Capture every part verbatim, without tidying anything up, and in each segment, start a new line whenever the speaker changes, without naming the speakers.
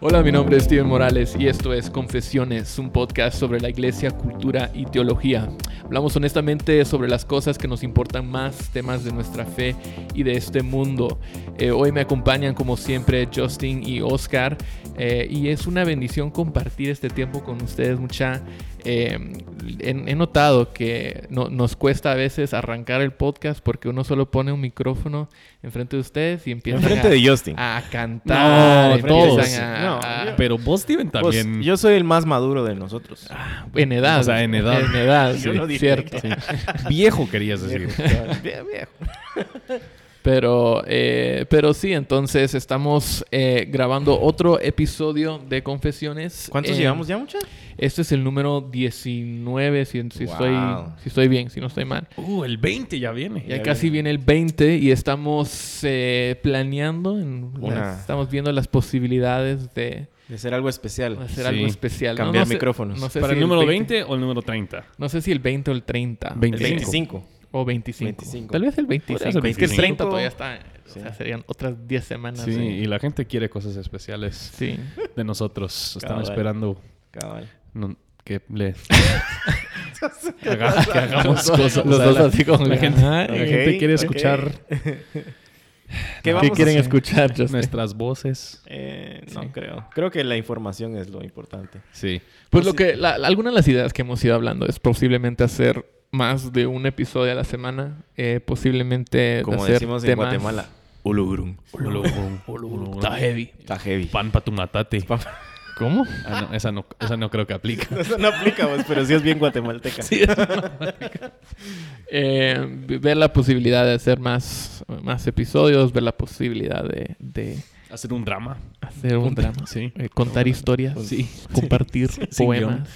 Hola, mi nombre es Steven Morales y esto es Confesiones, un podcast sobre la iglesia, cultura y teología. Hablamos honestamente sobre las cosas que nos importan más, temas de nuestra fe y de este mundo. Eh, hoy me acompañan como siempre Justin y Oscar eh, y es una bendición compartir este tiempo con ustedes. Mucha, eh, he, he notado que no, nos cuesta a veces arrancar el podcast porque uno solo pone un micrófono enfrente de ustedes y empiezan
enfrente
a,
de Justin.
a cantar.
No,
empiezan
todos.
a-
No,
a-
yo-
Pero vos, Steven,
Pues,
también.
yo soy el más maduro de nosotros.
En edad.
O sea, en edad.
En edad,
Yo
sí,
lo dije.
cierto.
Sí. Viejo querías decir.
Viejo, viejo.
Pero, eh, pero sí, entonces estamos eh, grabando otro episodio de Confesiones.
¿Cuántos
Eh,
llevamos ya, mucha?
Este es el número diecinueve, si, si,
Wow.
estoy, si estoy bien, si no estoy mal.
Uh, el veinte ya viene.
Ya
Ya
casi viene el veinte y estamos eh, planeando, en
Una-
las- estamos viendo las posibilidades de
De ser algo especial.
hacer
Sí.
algo especial. No,
Cambiar
no sé-
micrófonos.
no sé
¿Para
si
el número
veinte
veinte o el número treinta?
No sé si el veinte o el treinta.
El
veinticinco.
veinticinco.
O veinticinco.
veinticinco.
Tal vez el veinticinco.
Podría ser
Es que el
veinticinco.
treinta todavía está.
Sí.
O sea, serían otras diez semanas.
Sí,
de-
y la gente quiere cosas especiales
Sí.
de nosotros. Están
Cabal.
esperando
Cabal.
no, que le... que, haga- que hagamos cosas.
Los
O sea,
dos
la,
así como
la
que,
gente,
ajá,
la
Ok,
gente quiere
ok.
escuchar
¿Qué vamos
¿Qué
a
quieren
hacer?
escuchar? Justin?
nuestras voces.
Eh, no
Sí.
creo. Creo que la información es lo importante.
Sí.
Pues lo que, la, algunas de las ideas que hemos ido hablando es posiblemente hacer más de un episodio a la semana. Eh, posiblemente
Como
hacer
decimos en
temas-
Guatemala. Ulugrum.
Está heavy.
Está heavy.
Pan pa' tu matate.
Pa-
¿Cómo?
Ah, no, esa, no, esa no creo que aplica.
Eso no aplica, vos, pero sí es bien guatemalteca.
Sí, eso no eh, ver la posibilidad de hacer más, más episodios, ver la posibilidad de, de
Hacer un drama.
hacer un drama,
Sí.
eh, contar historias,
Sí.
compartir
Sin
poemas.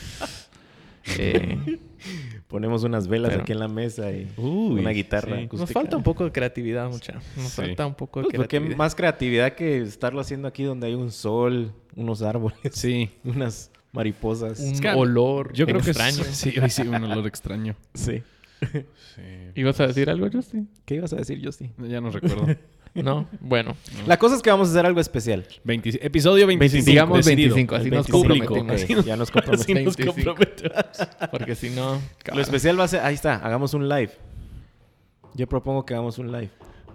Eh,
Ponemos unas velas
Pero-
aquí en la mesa y
Uy,
una guitarra
sí.
acústica.
nos falta un poco de creatividad, mucha. Nos
Sí.
falta un poco de
Pues, porque
creatividad.
más creatividad que estarlo haciendo aquí donde hay un sol, unos árboles,
Sí.
unas mariposas.
Un
Es que
olor
Yo creo
extraño.
que es, sí, hoy sí, un olor extraño.
Sí.
Sí.
¿Ibas a decir algo, Justin?
¿Qué ibas a decir, Justy?
Ya no recuerdo.
No. Bueno,
La cosa es que vamos a hacer algo especial.
veinte episodio veinticinco.
digamos
decidido.
veinticinco, así
El
nos
veinticinco,
comprometimos.
ok, ya nos comprometimos.
Así nos
veinticinco.
comprometemos.
Porque si no...
Lo especial va a ser... Ahí está, hagamos un live. Yo propongo que hagamos un live.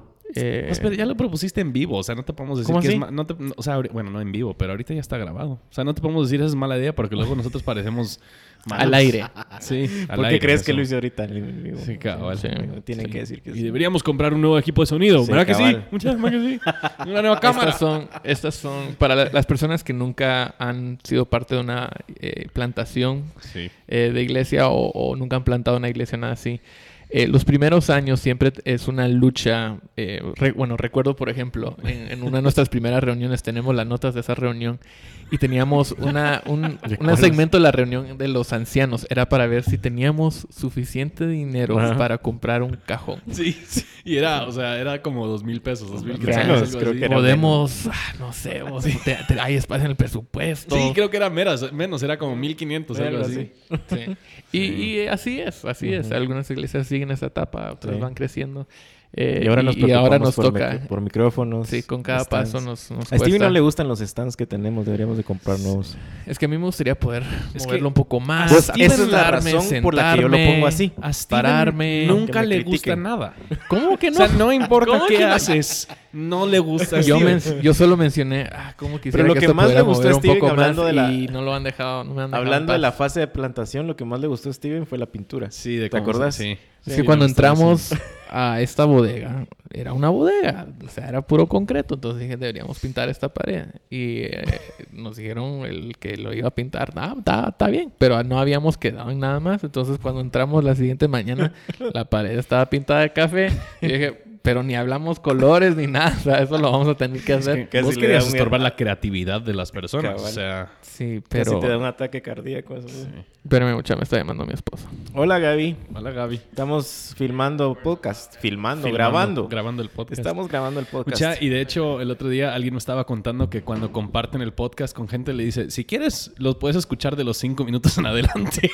eh,
No, espera, ya lo propusiste en vivo. O sea, no te podemos decir
¿Cómo
que
así?
es ma- no te- no, O sea, ahori- bueno, no en vivo, pero ahorita ya está grabado. O sea, no te podemos decir esa es mala idea porque luego nosotros parecemos malos.
al aire.
Sí, al
¿Por qué
aire,
crees que
eso.
lo hice ahorita en vivo?
Sí, cabal.
Sí.
Tienen
Sí.
que decir que
Y
sí.
deberíamos comprar un nuevo equipo de sonido.
Sí,
¿Verdad que sí?
cabal.
Muchas gracias, que sí. Una nueva cámara.
Estas son, estas son para la- las personas que nunca han sido parte de una eh, plantación
Sí.
eh, de iglesia o, o nunca han plantado una iglesia, nada así. Eh, los primeros años siempre es una lucha. eh, re- bueno, recuerdo, por ejemplo, en, en una de nuestras primeras reuniones tenemos las notas de esa reunión y teníamos una, un, un
¿Recuerdas?
segmento de la reunión de los ancianos. Era para ver si teníamos suficiente dinero
Ajá.
para comprar un cajón.
Sí, sí. Y era, o sea, era como dos mil pesos, dos mil
Menos,
quetzales, algo
creo
así.
que era
Podemos, ah, no sé, o sea, te- te- hay espacio en el presupuesto.
Sí, creo que era menos, menos, era como mil quinientos, algo
Algo
así.
Sí. Y, y, eh, así es, así es. Algunas iglesias siguen esa etapa, otras
Sí.
van creciendo. Eh,
Y ahora nos,
y ahora nos
preocupamos por
toca.
mic- por micrófonos.
Sí, con cada
stands.
paso nos, nos
A Stevie
cuesta.
no le gustan los stands que tenemos. Deberíamos de comprar nuevos.
Es que a mí me gustaría poder
Es
moverlo
que-
un poco más.
Pues, esa es la
sentarme,
razón por la que yo lo
sentarme,
pongo así.
A Steven
Pararme.
nunca
Que me
le gusta
critiquen.
nada.
¿Cómo que
O
no?
sea, no importa
¿Cómo
qué
que no?
haces, no le gusta a
yo,
Steven.
men- yo solo mencioné, ah, cómo quisiera
Pero lo
que,
que
esto
más
pudiera
le gustó
mover
a
un
Steven,
poco
hablando
más
de la-
y no lo han dejado, no me han dejado
Hablando
en
de la
paz.
fase de plantación, lo que más le gustó a Steven fue la pintura.
Sí, de
¿Te
cómo se-
acordás?
Sí.
Es
Sí,
que cuando
me gustó,
entramos a esta bodega, era una bodega, o sea, era puro concreto. Entonces dije, deberíamos pintar esta pared. Y eh, nos dijeron el que lo iba a pintar, ah, está, está bien, pero no habíamos quedado en nada más. Entonces cuando entramos la siguiente mañana, la pared estaba pintada de café. Y dije, pero ni hablamos colores ni nada, o sea, eso lo vamos a tener que
Es
hacer.
que
Casi
vos
le
querías
da un-
estorbar la creatividad de las personas.
Cabal.
O sea,
Sí,
Pero...
pero...
te da un ataque cardíaco. Eso.
Espérame mucha, me está llamando mi esposa.
Hola, Gaby.
hola Gaby.
Estamos filmando podcast. Filmando,
Filmando,
grabando.
Grabando el podcast.
Estamos grabando el podcast.
Mucha, y de hecho, el otro día alguien me estaba contando que cuando comparten el podcast con gente le dice, si quieres, los puedes escuchar de los cinco minutos en adelante.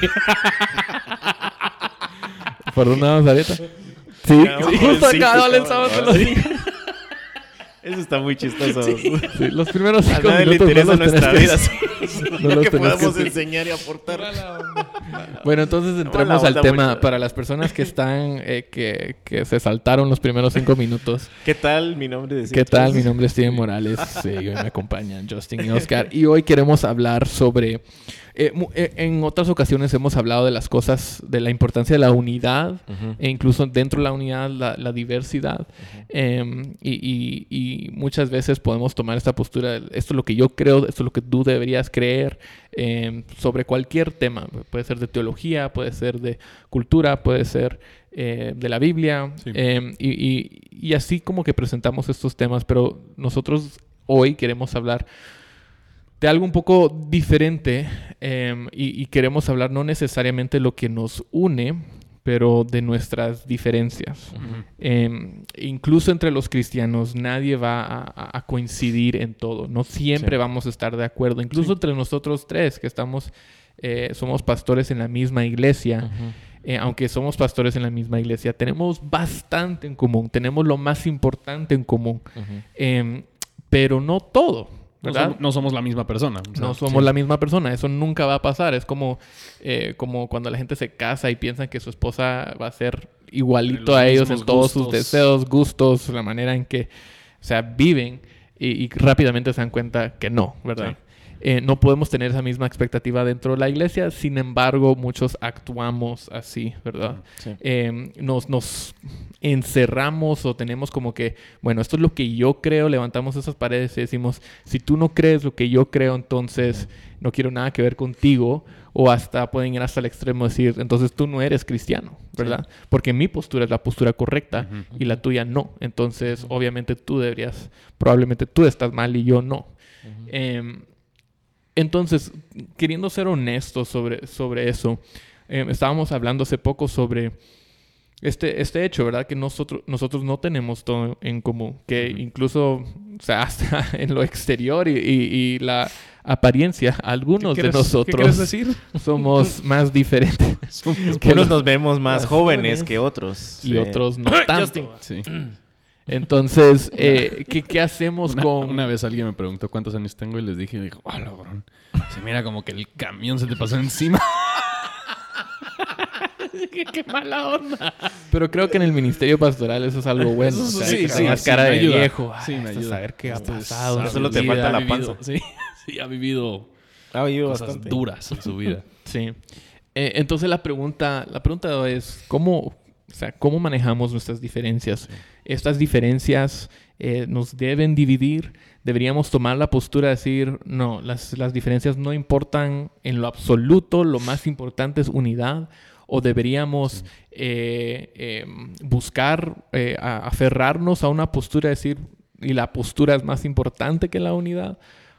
¿Por dónde vamos ahorita? Sí,
Ya, vamos por el
justo
cinco,
acá, no le
cabrón.
estamos en los cinco.
Eso está muy chistoso.
Sí, los primeros
A
cinco
nadie le
minutos
interesa
no los
nuestra
tenés
vida.
que- no
Lo
los
que
tenés
podamos
que-
enseñar y aportar.
Bueno, entonces entremos
Mala
al
onda,
tema
mucho.
para las personas que están, eh, que, que se saltaron los primeros cinco minutos.
¿Qué tal? Mi nombre es
¿Qué tal? Mi nombre es Steven Morales. Sí, y hoy me acompañan Justin y Oscar. Y hoy queremos hablar sobre... eh, mu- eh, en otras ocasiones hemos hablado de las cosas, de la importancia de la unidad,
Ujú.
e incluso dentro de la unidad, la, la diversidad. Eh, y, y- y muchas veces podemos tomar esta postura, de, esto es lo que yo creo, esto es lo que tú deberías creer, eh, sobre cualquier tema. Puede ser de teología, puede ser de cultura, puede ser eh, de la Biblia.
Sí.
Eh, y, y- y así como que presentamos estos temas, pero nosotros hoy queremos hablar de algo un poco diferente, eh, y, y queremos hablar no necesariamente lo que nos une, pero de nuestras diferencias.
Ujú.
Eh, incluso entre los cristianos nadie va a, a- a coincidir en todo. No siempre
Sí.
vamos a estar de acuerdo. Incluso
Sí.
entre nosotros tres que estamos, eh, somos pastores en la misma iglesia.
Ujú.
Eh, aunque somos pastores en la misma iglesia, tenemos bastante en común. Tenemos lo más importante en común.
Ujú.
Eh, pero no todo,
No
¿verdad?
somos, no somos la misma persona. o sea,
No somos
sí.
la misma persona. Eso nunca va a pasar. Es como, eh, como cuando la gente se casa y piensan que su esposa va a ser igualito
Los
a ellos
mismos
en todos sus
gustos.
deseos, gustos, la manera en que, o sea, viven, y, y rápidamente se dan cuenta que no, ¿verdad?
Sí.
Eh, no podemos tener esa misma expectativa dentro de la iglesia. Sin embargo, muchos actuamos así, ¿verdad?
Sí.
Eh, nos, nos encerramos o tenemos como que, bueno, esto es lo que yo creo, levantamos esas paredes y decimos, si tú no crees lo que yo creo, entonces no quiero nada que ver contigo, o hasta pueden ir hasta el extremo de decir, entonces tú no eres cristiano, ¿verdad? Porque mi postura es la postura correcta
Ujú.
y la tuya no. Entonces, obviamente tú deberías, probablemente tú estás mal y yo no. Eh, entonces, queriendo ser honestos sobre, sobre eso, eh, estábamos hablando hace poco sobre este, este hecho, ¿verdad? Que nosotros, nosotros no tenemos todo en común. Que
Ujú.
incluso, o sea, hasta en lo exterior y, y- y la apariencia, algunos
¿Qué
de
quieres-
nosotros
¿Qué quieres decir?
somos más diferentes
Somos-
que
Unos
los-
nos vemos más
los
jóvenes
jóvenes
que otros.
y
Sí.
otros no tanto.
Sí.
Entonces, eh, ¿qué, qué hacemos
Una,
con...?
una vez alguien me preguntó cuántos años tengo y les dije, y dijo, ah, cabrón. Se mira como que el camión se te pasó encima. qué, qué mala onda.
Pero creo que en el ministerio pastoral eso es algo bueno.
Eso
O sea,
sí,
que
sí,
tengas
sí,
cara
me
de
ayuda.
viejo.
Sí,
Ay,
me
hasta
ayuda.
saber qué ha
Esto es-
pasado. en
ha
su
Solo te
vida.
falta la
ha vivido-
panza.
Sí, sí, ha vivido
Ha oído
cosas
bastante.
duras en su vida.
Sí. Eh, entonces la pregunta, la pregunta es cómo, o sea, cómo manejamos nuestras diferencias. Estas diferencias eh, nos deben dividir. Deberíamos tomar la postura de decir, no, las, las diferencias no importan en lo absoluto. Lo más importante es unidad. O deberíamos eh, eh, buscar, eh, a- aferrarnos a una postura, decir, y la postura es más importante que la unidad.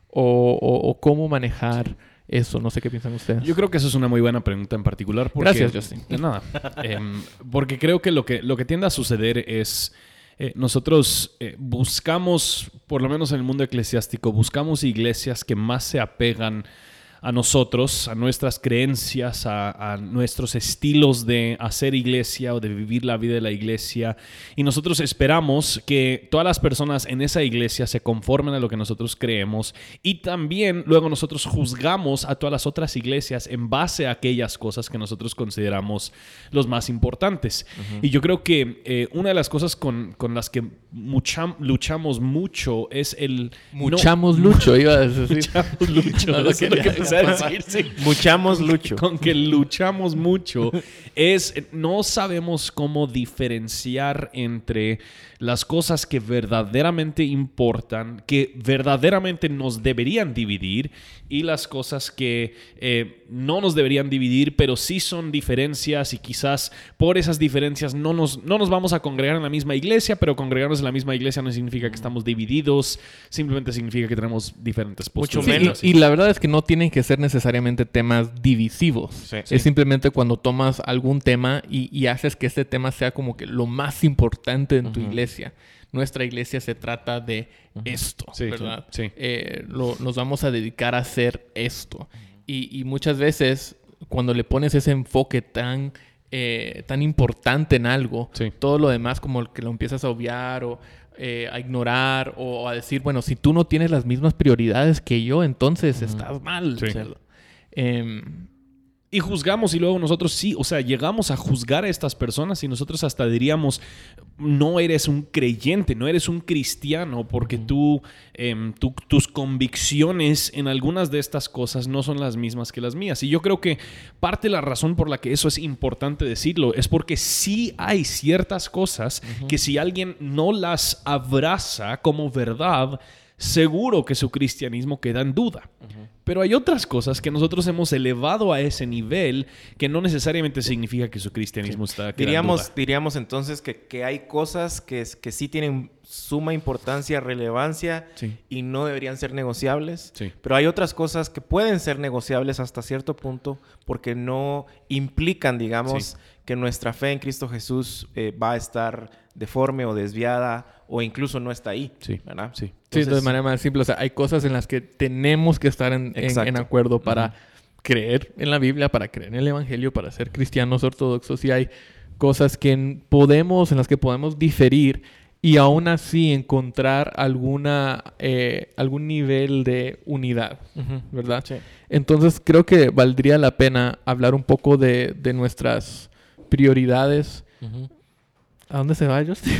O, o- o cómo manejar eso. No sé qué piensan ustedes.
Yo creo que eso es una muy buena pregunta en particular. Porque,
Gracias, Justin.
De nada. Em, porque creo que lo, que lo que tiende a suceder es... eh, nosotros eh, buscamos, por lo menos en el mundo eclesiástico, buscamos iglesias que más se apegan a nosotros, a nuestras creencias, a, a nuestros estilos de hacer iglesia o de vivir la vida de la iglesia. Y nosotros esperamos que todas las personas en esa iglesia se conformen a lo que nosotros creemos. Y también luego nosotros juzgamos a todas las otras iglesias en base a aquellas cosas que nosotros consideramos los más importantes. Uh-huh. Y yo creo que eh, una de las cosas con, con las que mucha, luchamos mucho es el...
Muchamos
no,
lucho, iba a decir.
Muchamos lucho.
No,
No,
lo
sé lo
quería
que empecé a decir, sí.
Muchamos lucho.
Con que luchamos mucho es no sabemos cómo diferenciar entre las cosas que verdaderamente importan, que verdaderamente nos deberían dividir, y las cosas que eh, no nos deberían dividir, pero sí son diferencias, y quizás por esas diferencias no nos, no nos vamos a congregar en la misma iglesia, pero congregarnos en la misma iglesia no significa que estamos divididos, simplemente significa que tenemos diferentes posturas.
Mucho menos.
Sí, y, y la verdad es que no tienen que ser necesariamente temas divisivos.
Sí,
es
sí.
simplemente cuando tomas algún tema y, y haces que este tema sea como que lo más importante en tu
Uh-huh.
iglesia. Nuestra iglesia se trata de uh-huh. esto,
Sí,
¿verdad?
sí.
Eh, lo, nos vamos a dedicar a hacer esto. Y, y muchas veces, cuando le pones ese enfoque tan, eh, tan importante en algo,
Sí.
todo lo demás como que lo empiezas a obviar o eh, a ignorar o a decir, bueno, si tú no tienes las mismas prioridades que yo, entonces uh-huh. estás mal.
Sí.
O sea, eh,
Y juzgamos y luego nosotros sí, o sea, llegamos a juzgar a estas personas y nosotros hasta diríamos, no eres un creyente, no eres un cristiano porque uh-huh. tú, eh, tú, tus convicciones en algunas de estas cosas no son las mismas que las mías. Y yo creo que parte de la razón por la que eso es importante decirlo es porque sí hay ciertas cosas uh-huh. que si alguien no las abraza como verdad, seguro que su cristianismo queda en duda. Uh-huh. Pero hay otras cosas que nosotros hemos elevado a ese nivel que no necesariamente significa que su cristianismo sí. está quedando
diríamos,
en duda.
Diríamos entonces que, que hay cosas que, que sí tienen suma importancia, relevancia
sí.
y no deberían ser negociables.
Sí.
Pero hay otras cosas que pueden ser negociables hasta cierto punto porque no implican, digamos, sí. que nuestra fe en Cristo Jesús eh, va a estar deforme o desviada o incluso no está ahí,
sí.
¿verdad?
Sí.
Entonces, sí, de manera más simple. O sea, hay cosas en las que tenemos que estar en, en, en acuerdo para uh-huh. creer en la Biblia, para creer en el Evangelio, para ser cristianos ortodoxos. Y hay cosas que podemos, en las que podemos diferir y aún así encontrar alguna, eh, algún nivel de unidad, uh-huh. ¿verdad? Sí. Entonces, creo que valdría la pena hablar un poco de, de nuestras prioridades. Uh-huh. ¿A dónde se va, Justin?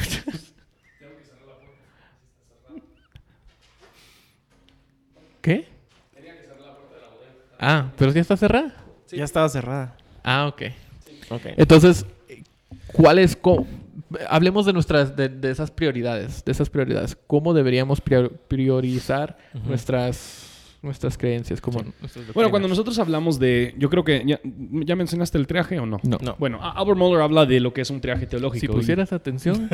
¿Qué? Tenía que cerrar la puerta de la bodega. Ah, ¿pero ya está cerrada?
Sí. Ya estaba cerrada.
Ah, ok.
okay.
Entonces, ¿cuáles? Co- Hablemos de nuestras, de, de esas prioridades, de esas prioridades. ¿Cómo deberíamos prior- priorizar uh-huh. nuestras, nuestras creencias? Como
sí. nuestras bueno, cuando nosotros hablamos de, yo creo que ya, ya mencionaste el triaje o no.
No. no.
Bueno, Albert Mohler habla de lo que es un triaje teológico.
Si pusieras y... atención.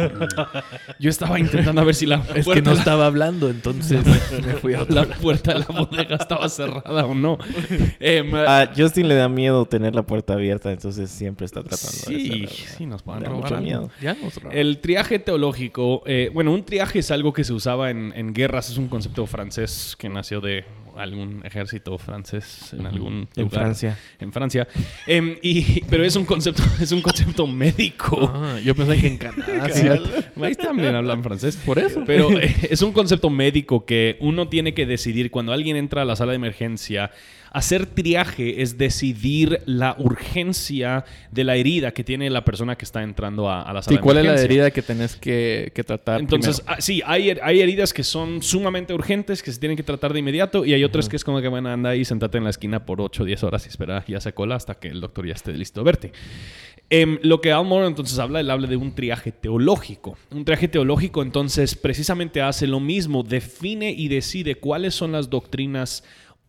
Yo estaba intentando a ver si la
es que no la... estaba hablando, entonces me fui a
la puerta de la bodega estaba cerrada o no.
Eh, a Justin le da miedo tener la puerta abierta, entonces siempre está tratando
sí,
de cerrar.
Sí, nos pueden
robar. Mucho miedo.
Ya nos roban.
El triaje teológico, eh, bueno, un triaje es algo que se usaba en, en guerras, es un concepto francés que nació de algún ejército francés en algún lugar.
En Francia.
En Francia. Eh, y, pero es un concepto, es un concepto médico.
Ah, yo pensé que en Canadá.
Sí, ahí también hablan francés. Por eso. Pero eh, es un concepto médico que uno tiene que decidir cuando alguien entra a la sala de emergencia. Hacer triaje es decidir la urgencia de la herida que tiene la persona que está entrando a, a la sala
sí, ¿cuál
de emergencia?
es la herida que tenés que, que tratar
Entonces,
primero?
Ah, sí, hay, hay heridas que son sumamente urgentes, que se tienen que tratar de inmediato, y hay otras uh-huh. que es como que, bueno, anda ahí, sentate en la esquina por ocho o diez horas y espera, ya se cola hasta que el doctor ya esté listo a verte. Eh, lo que Al Mohler entonces habla, él habla de un triaje teológico. Un triaje teológico entonces precisamente hace lo mismo, define y decide cuáles son las doctrinas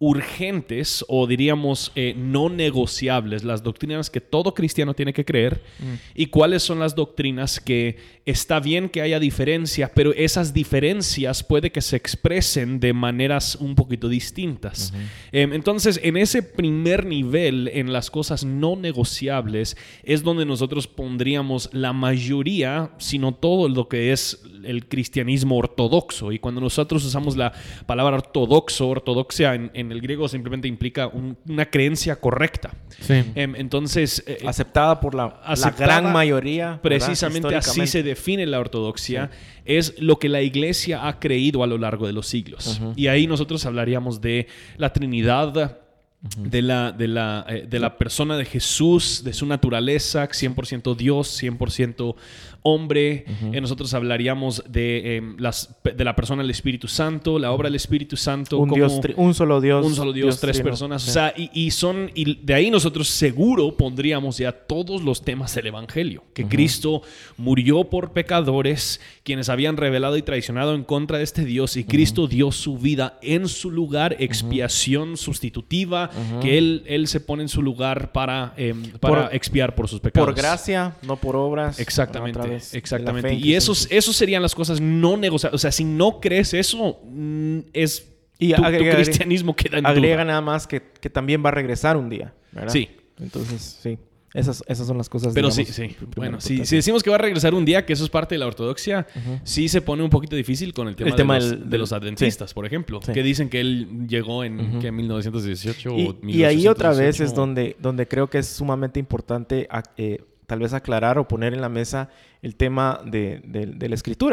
urgentes o diríamos eh, no negociables, las doctrinas que todo cristiano tiene que creer mm. y cuáles son las doctrinas que está bien que haya diferencia, pero esas diferencias puede que se expresen de maneras un poquito distintas. Uh-huh. Eh, entonces, en ese primer nivel, en las cosas no negociables, es donde nosotros pondríamos la mayoría, si no todo lo que es el cristianismo ortodoxo. Y cuando nosotros usamos la palabra ortodoxo, ortodoxia en, en el griego simplemente implica un, una creencia correcta.
Sí.
Eh, entonces... Eh,
aceptada por la, la gran mayoría.
Precisamente así se define la ortodoxia. Sí. Es lo que la iglesia ha creído a lo largo de los siglos. Uh-huh. Y ahí nosotros hablaríamos de la Trinidad, uh-huh. de, la, de, la, eh, de la persona de Jesús, de su naturaleza, cien por ciento Dios, cien por ciento hombre. Uh-huh. Eh, nosotros hablaríamos de, eh, las, de la persona del Espíritu Santo, la obra del Espíritu Santo.
Un,
como
Dios tri- un solo Dios.
Un solo Dios, Dios tres trino. personas. Sí. O sea, y, y, son, y de ahí nosotros seguro pondríamos ya todos los temas del Evangelio. Que uh-huh. Cristo murió por pecadores, quienes habían rebelado y traicionado en contra de este Dios. Y Cristo uh-huh. dio su vida en su lugar, expiación uh-huh. sustitutiva, uh-huh. que él, él se pone en su lugar para, eh, para por, expiar por sus pecados.
Por gracia, no por obras.
Exactamente. Exactamente. Y esos, esos serían las cosas no negociables. O sea, si no crees eso, es
y
tu,
agrega,
tu cristianismo queda en
agrega
duda.
Nada más que, que también va a regresar un día, ¿verdad?
Sí.
Entonces, sí. Esas, esas son las cosas.
Pero
digamos,
sí, sí. Bueno, si, si decimos que va a regresar un día, que eso es parte de la ortodoxia, uh-huh. sí se pone un poquito difícil con el tema, el tema de, los, del, de los adventistas, sí. por ejemplo. Sí. Que dicen que él llegó en uh-huh. ¿qué, mil novecientos dieciocho
y,
o mil ochocientos dieciocho.
Y ahí otra vez es donde, donde creo que es sumamente importante eh, tal vez aclarar o poner en la mesa el tema de, de, de la escritura.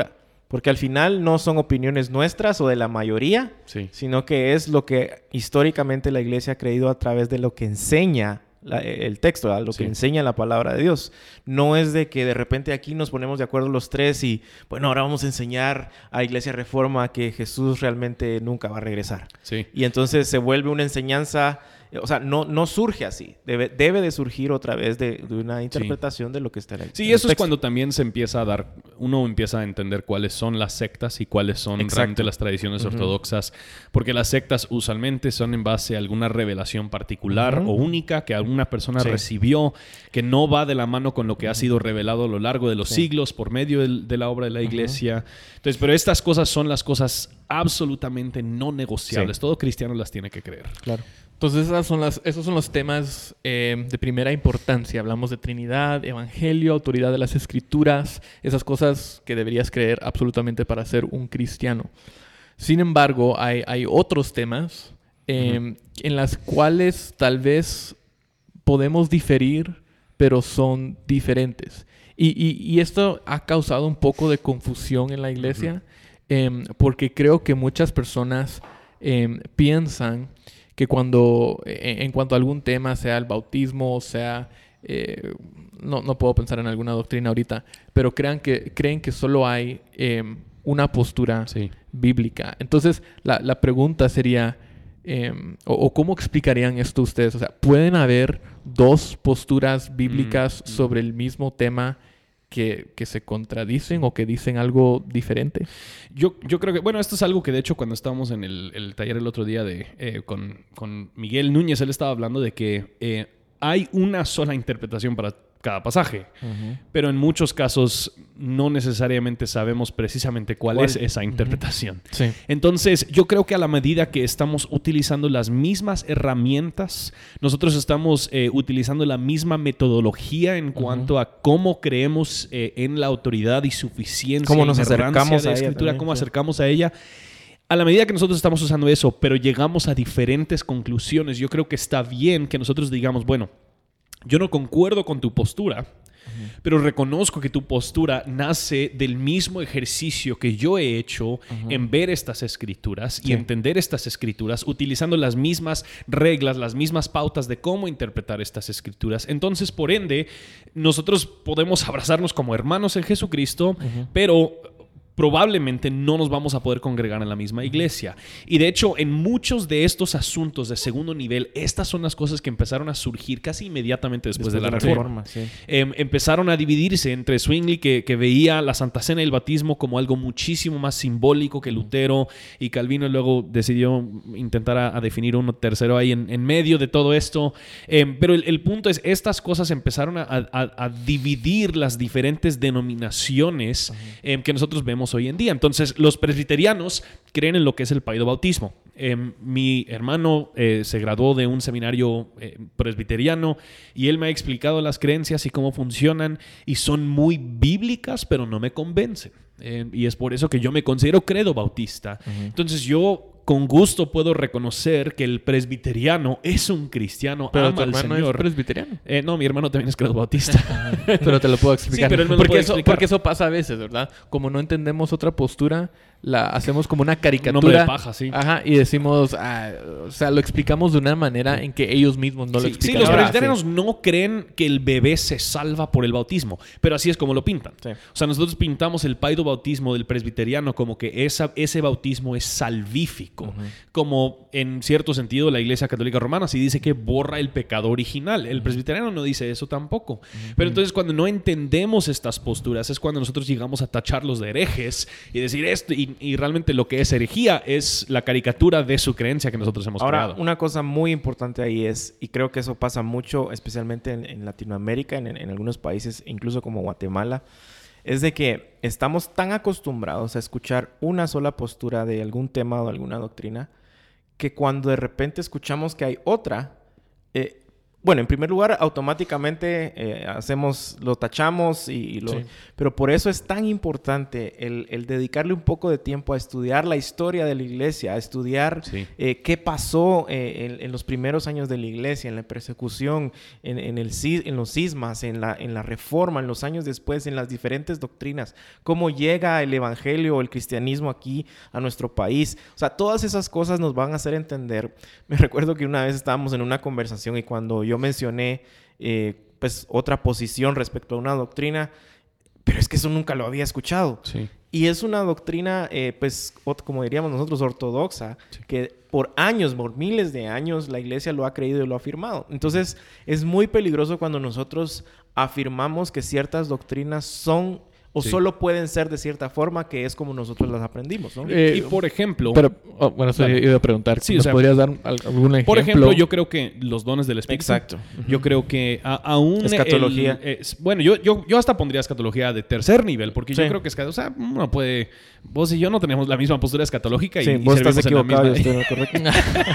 Porque al final no son opiniones nuestras o de la mayoría,
Sí.
sino que es lo que históricamente la iglesia ha creído a través de lo que enseña la- el texto, ¿verdad? Lo
Sí.
que enseña la palabra de Dios. No es de que de repente aquí nos ponemos de acuerdo los tres y, bueno, ahora vamos a enseñar a Iglesia Reforma que Jesús realmente nunca va a regresar.
Sí.
Y entonces se vuelve una enseñanza, o sea, no, no surge así. Debe, debe de surgir otra vez de, de una interpretación de lo que está en el
Sí,
en el
eso es
texto.
cuando también se empieza a dar, uno empieza a entender cuáles son las sectas y cuáles son
Exacto.
realmente las tradiciones
Ujú.
ortodoxas, porque las sectas usualmente son en base a alguna revelación particular
Ujú.
o única que alguna persona
Sí.
recibió, que no va de la mano con lo que ha sido revelado a lo largo de los
Sí.
siglos por medio del- de la obra de la iglesia. Entonces, pero estas cosas son las cosas absolutamente no negociables.
Sí.
Todo cristiano las tiene que creer.
Claro.
Entonces esas son las, esos son los temas eh, de primera importancia. Hablamos de Trinidad, Evangelio, autoridad de las Escrituras, esas cosas que deberías creer absolutamente para ser un cristiano. Sin embargo, hay, hay otros temas eh,
Ujú.
en las cuales tal vez podemos diferir, pero son diferentes. Y, y- y esto ha causado un poco de confusión en la iglesia, em, porque creo que muchas personas em, piensan que cuando, en, en cuanto a algún tema, sea el bautismo, sea, eh, no, no puedo pensar en alguna doctrina ahorita, pero crean que, creen que solo hay em, una postura
Sí.
bíblica. Entonces, la, la pregunta sería, em, o, o ¿cómo explicarían esto ustedes? O sea, ¿pueden haber dos posturas bíblicas
Mm, mm.
sobre el mismo tema que, que se contradicen o que dicen algo diferente?
Yo, yo creo que, bueno, esto es algo que de hecho cuando estábamos en el, el taller el otro día de, eh, con, con Miguel Núñez, él estaba hablando de que eh, hay una sola interpretación para cada pasaje, pero en muchos casos no necesariamente sabemos precisamente cuál,
¿Cuál?
es esa interpretación.
Sí.
Entonces, yo creo que a la medida que estamos utilizando las mismas herramientas, nosotros estamos eh, utilizando la misma metodología en cuanto a cómo creemos eh, en la autoridad y suficiencia,
Cómo nos
inerrancia
acercamos
de
a
la
ella
escritura,
también,
cómo
sí.
acercamos a ella. A la medida que nosotros estamos usando eso, pero llegamos a diferentes conclusiones, yo creo que está bien que nosotros digamos, bueno, yo no concuerdo con tu postura, uh-huh. pero reconozco que tu postura nace del mismo ejercicio que yo he hecho uh-huh. en ver estas escrituras
sí.
y entender estas escrituras, utilizando las mismas reglas, las mismas pautas de cómo interpretar estas escrituras. Entonces, por ende, nosotros podemos abrazarnos como hermanos en Jesucristo, uh-huh. pero probablemente no nos vamos a poder congregar en la misma iglesia. Y de hecho, en muchos de estos asuntos de segundo nivel, estas son las cosas que empezaron a surgir casi inmediatamente después, después de la, de la Reforma. reforma sí. eh, empezaron a dividirse entre Zwingli, que, que veía la Santa Cena y el bautismo como algo muchísimo más simbólico que Lutero, y Calvino luego decidió intentar a, a definir uno tercero ahí en, en medio de todo esto. Eh, pero el, el punto es, estas cosas empezaron a, a, a dividir las diferentes denominaciones eh, que nosotros vemos hoy en día. Entonces, los presbiterianos creen en lo que es el paidobautismo. Eh, mi hermano eh, se graduó de un seminario eh, presbiteriano y él me ha explicado las creencias y cómo funcionan y son muy bíblicas, pero no me convencen. Eh, y es por eso que yo me considero credo bautista. Uh-huh. Entonces, yo con gusto puedo reconocer que el presbiteriano es un cristiano,
pero
ama
tu
al
hermano
Señor.
¿Es presbiteriano?
Eh, no, mi hermano también es credo bautista.
Pero te lo puedo explicar.
Sí, pero él me lo
porque,
puede
eso,
explicar.
porque eso pasa a veces, ¿verdad? Como no entendemos otra postura, la hacemos como una caricatura.
Un nombre de paja, sí.
Ajá, y decimos, ah, o sea, lo explicamos de una manera en que ellos mismos no
sí,
lo explican.
Sí, los
Ahora,
presbiterianos
sí.
no creen que el bebé se salva por el bautismo, pero así es como lo pintan.
Sí.
O sea, nosotros pintamos el paidobautismo del presbiteriano como que esa, ese bautismo es salvífico. Uh-huh. Como en cierto sentido la Iglesia Católica Romana sí dice que borra el pecado original. El presbiteriano no dice eso tampoco. Uh-huh. Pero entonces cuando no entendemos estas posturas es cuando nosotros llegamos a tacharlos de herejes y decir esto. Y, y realmente lo que es herejía es la caricatura de su creencia que nosotros hemos
Ahora,
creado.
Ahora, una cosa muy importante ahí es, y creo que eso pasa mucho, especialmente en, en Latinoamérica, en, en algunos países, incluso como Guatemala, es de que estamos tan acostumbrados a escuchar una sola postura de algún tema o de alguna doctrina que cuando de repente escuchamos que hay otra, eh, Bueno, en primer lugar, automáticamente eh, hacemos, lo tachamos y, y lo... Sí. Pero por eso es tan importante el, el dedicarle un poco de tiempo a estudiar la historia de la iglesia, a estudiar sí. eh, qué pasó eh, en, en los primeros años de la iglesia, en la persecución, en, en, el, en los cismas, en la, en la reforma, en los años después, en las diferentes doctrinas, cómo llega el evangelio o el cristianismo aquí a nuestro país. O sea, todas esas cosas nos van a hacer entender. Me recuerdo que una vez estábamos en una conversación y cuando yo mencioné eh, pues otra posición respecto a una doctrina, pero es que eso nunca lo había escuchado. Sí. Y es una doctrina, eh, pues, como diríamos nosotros, ortodoxa, sí. que por años, por miles de años, la iglesia lo ha creído y lo ha afirmado. Entonces, es muy peligroso cuando nosotros afirmamos que ciertas doctrinas son o sí. solo pueden ser de cierta forma, que es como nosotros las aprendimos, ¿no?
Eh, y por ejemplo...
Pero, oh, bueno, eso claro. iba a preguntar. Sí, ¿nos o sea, podrías dar algún ejemplo?
Por ejemplo, yo creo que los dones del Espíritu...
Exacto.
Uh-huh. Yo creo que a, aún...
Escatología.
El, eh, bueno, yo, yo, yo hasta pondría escatología de tercer nivel, porque sí. yo creo que es... O sea, uno puede... Vos y yo no tenemos la misma postura escatológica
sí,
y,
vos
y
estás equivocado,
en la misma...
yo estoy correcto.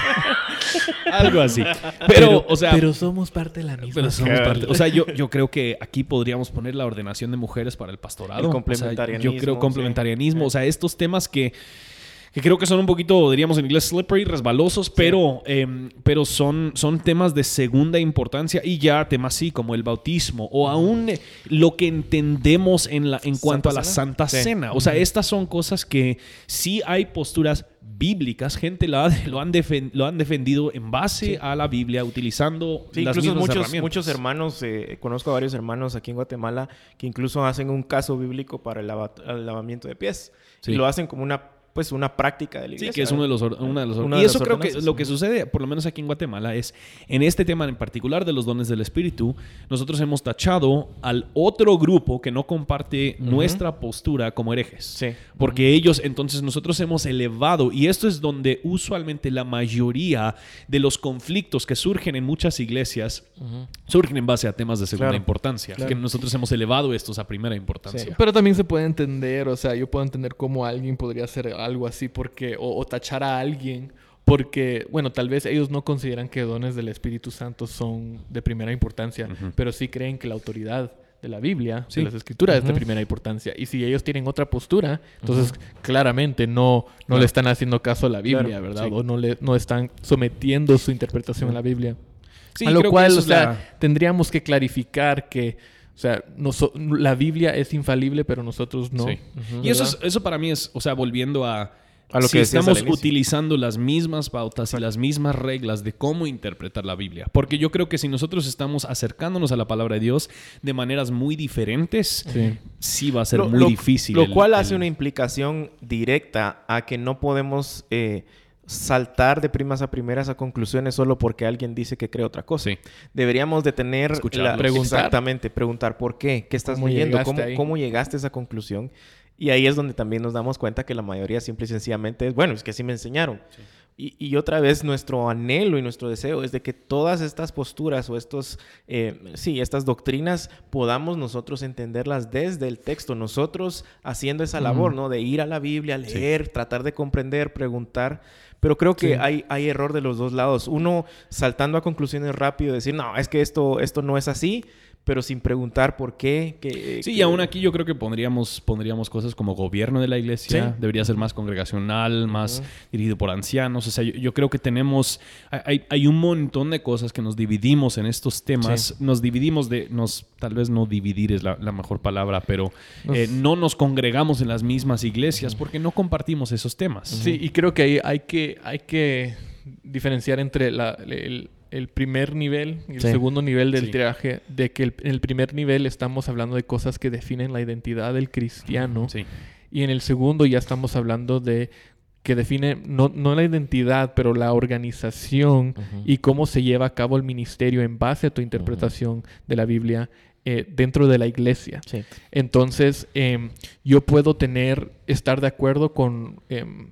Algo así. Pero,
pero,
o sea...
Pero somos parte de la misma.
Pero somos parte... O sea, yo, yo creo que aquí podríamos poner la ordenación de mujeres para el pastorado.
El complementarianismo.
O sea, yo creo complementarianismo.
Sí.
O sea, estos temas que... que creo que son un poquito, diríamos en inglés, slippery, resbalosos, pero, sí. eh, pero son, son temas de segunda importancia y ya temas así como el bautismo o aún eh, lo que entendemos en, la, en cuanto
Santa
a la
Cena.
Santa
Sí.
Cena. O sea, estas son cosas que sí hay posturas bíblicas, gente lo, ha, lo, han, defen, lo han defendido en base sí. a la Biblia, utilizando
sí,
las
incluso
mismas
muchos,
herramientas.
muchos hermanos, eh, conozco a varios hermanos aquí en Guatemala que incluso hacen un caso bíblico para el, lava, el lavamiento de pies. Sí. Y lo hacen como una pues una práctica de la iglesia.
Sí, que es uno de los... Una de los
una
y
de
eso creo que
ordenanzas.
lo que sucede, por lo menos aquí en Guatemala, es en este tema en particular de los dones del Espíritu, nosotros hemos tachado al otro grupo que no comparte uh-huh. nuestra postura como herejes.
Sí.
Porque uh-huh. ellos, entonces nosotros hemos elevado, y esto es donde usualmente la mayoría de los conflictos que surgen en muchas iglesias uh-huh. surgen en base a temas de segunda claro. importancia. Claro. Que nosotros hemos elevado estos a primera importancia.
Sí. Pero también se puede entender, o sea, yo puedo entender cómo alguien podría hacer algo así porque o, o tachar a alguien porque, bueno, tal vez ellos no consideran que dones del Espíritu Santo son de primera importancia, uh-huh. pero sí creen que la autoridad de la Biblia, sí. de las Escrituras, uh-huh. es de primera importancia. Y si ellos tienen otra postura, entonces uh-huh. claramente no, no claro. le están haciendo caso a la Biblia, claro. ¿verdad? Sí. O no, le, no están sometiendo su interpretación uh-huh. a la Biblia. Sí, a lo cual, o sea, la... tendríamos que clarificar que o sea, noso- la Biblia es infalible, pero nosotros no.
Sí. Uh-huh. Y eso, es, eso para mí es, o sea, volviendo a...
A lo
si
que
estamos utilizando las mismas pautas y las mismas reglas de cómo interpretar la Biblia. Porque yo creo que si nosotros estamos acercándonos a la palabra de Dios de maneras muy diferentes, sí, sí va a ser
lo,
muy
lo,
difícil.
Lo
el,
cual
el...
hace una implicación directa a que no podemos eh, saltar de primas a primeras a conclusiones solo porque alguien dice que cree otra cosa. Sí. Deberíamos de tener...
La,
preguntar.
Exactamente. Preguntar por qué. ¿Qué estás leyendo? ¿Cómo, ¿Cómo llegaste a esa conclusión? Y ahí es donde también nos damos cuenta que la mayoría simple y sencillamente es, bueno, es que así me enseñaron. Sí. Y, y otra vez nuestro anhelo y nuestro deseo es de que todas estas posturas o estos, eh, sí, estas doctrinas podamos nosotros entenderlas desde el texto. Nosotros haciendo esa labor, mm. ¿no? De ir a la Biblia, leer, sí. tratar de comprender, preguntar. Pero creo que sí. hay, hay error de los dos lados. Uno saltando a conclusiones rápido, decir, no, es que esto, esto no es así. Pero sin preguntar por qué. Que,
sí,
que...
y aún aquí yo creo que pondríamos, pondríamos cosas como gobierno de la iglesia. ¿Sí? Debería ser más congregacional, más uh-huh. dirigido por ancianos. O sea, yo, yo creo que tenemos... Hay, hay un montón de cosas que nos dividimos en estos temas. Sí. Nos dividimos de... nos Tal vez no dividir es la, la mejor palabra, pero nos... Eh, no nos congregamos en las mismas iglesias uh-huh. porque no compartimos esos temas.
Uh-huh. Sí, y creo que ahí hay que, hay que diferenciar entre la... el, el primer nivel y el sí. segundo nivel del sí. triaje, de que el, en el primer nivel estamos hablando de cosas que definen la identidad del cristiano
sí.
y en el segundo ya estamos hablando de que define no, no la identidad, pero la organización uh-huh. y cómo se lleva a cabo el ministerio en base a tu interpretación uh-huh. de la Biblia eh, dentro de la iglesia. Sí. Entonces, eh, yo puedo tener, estar de acuerdo con... Eh,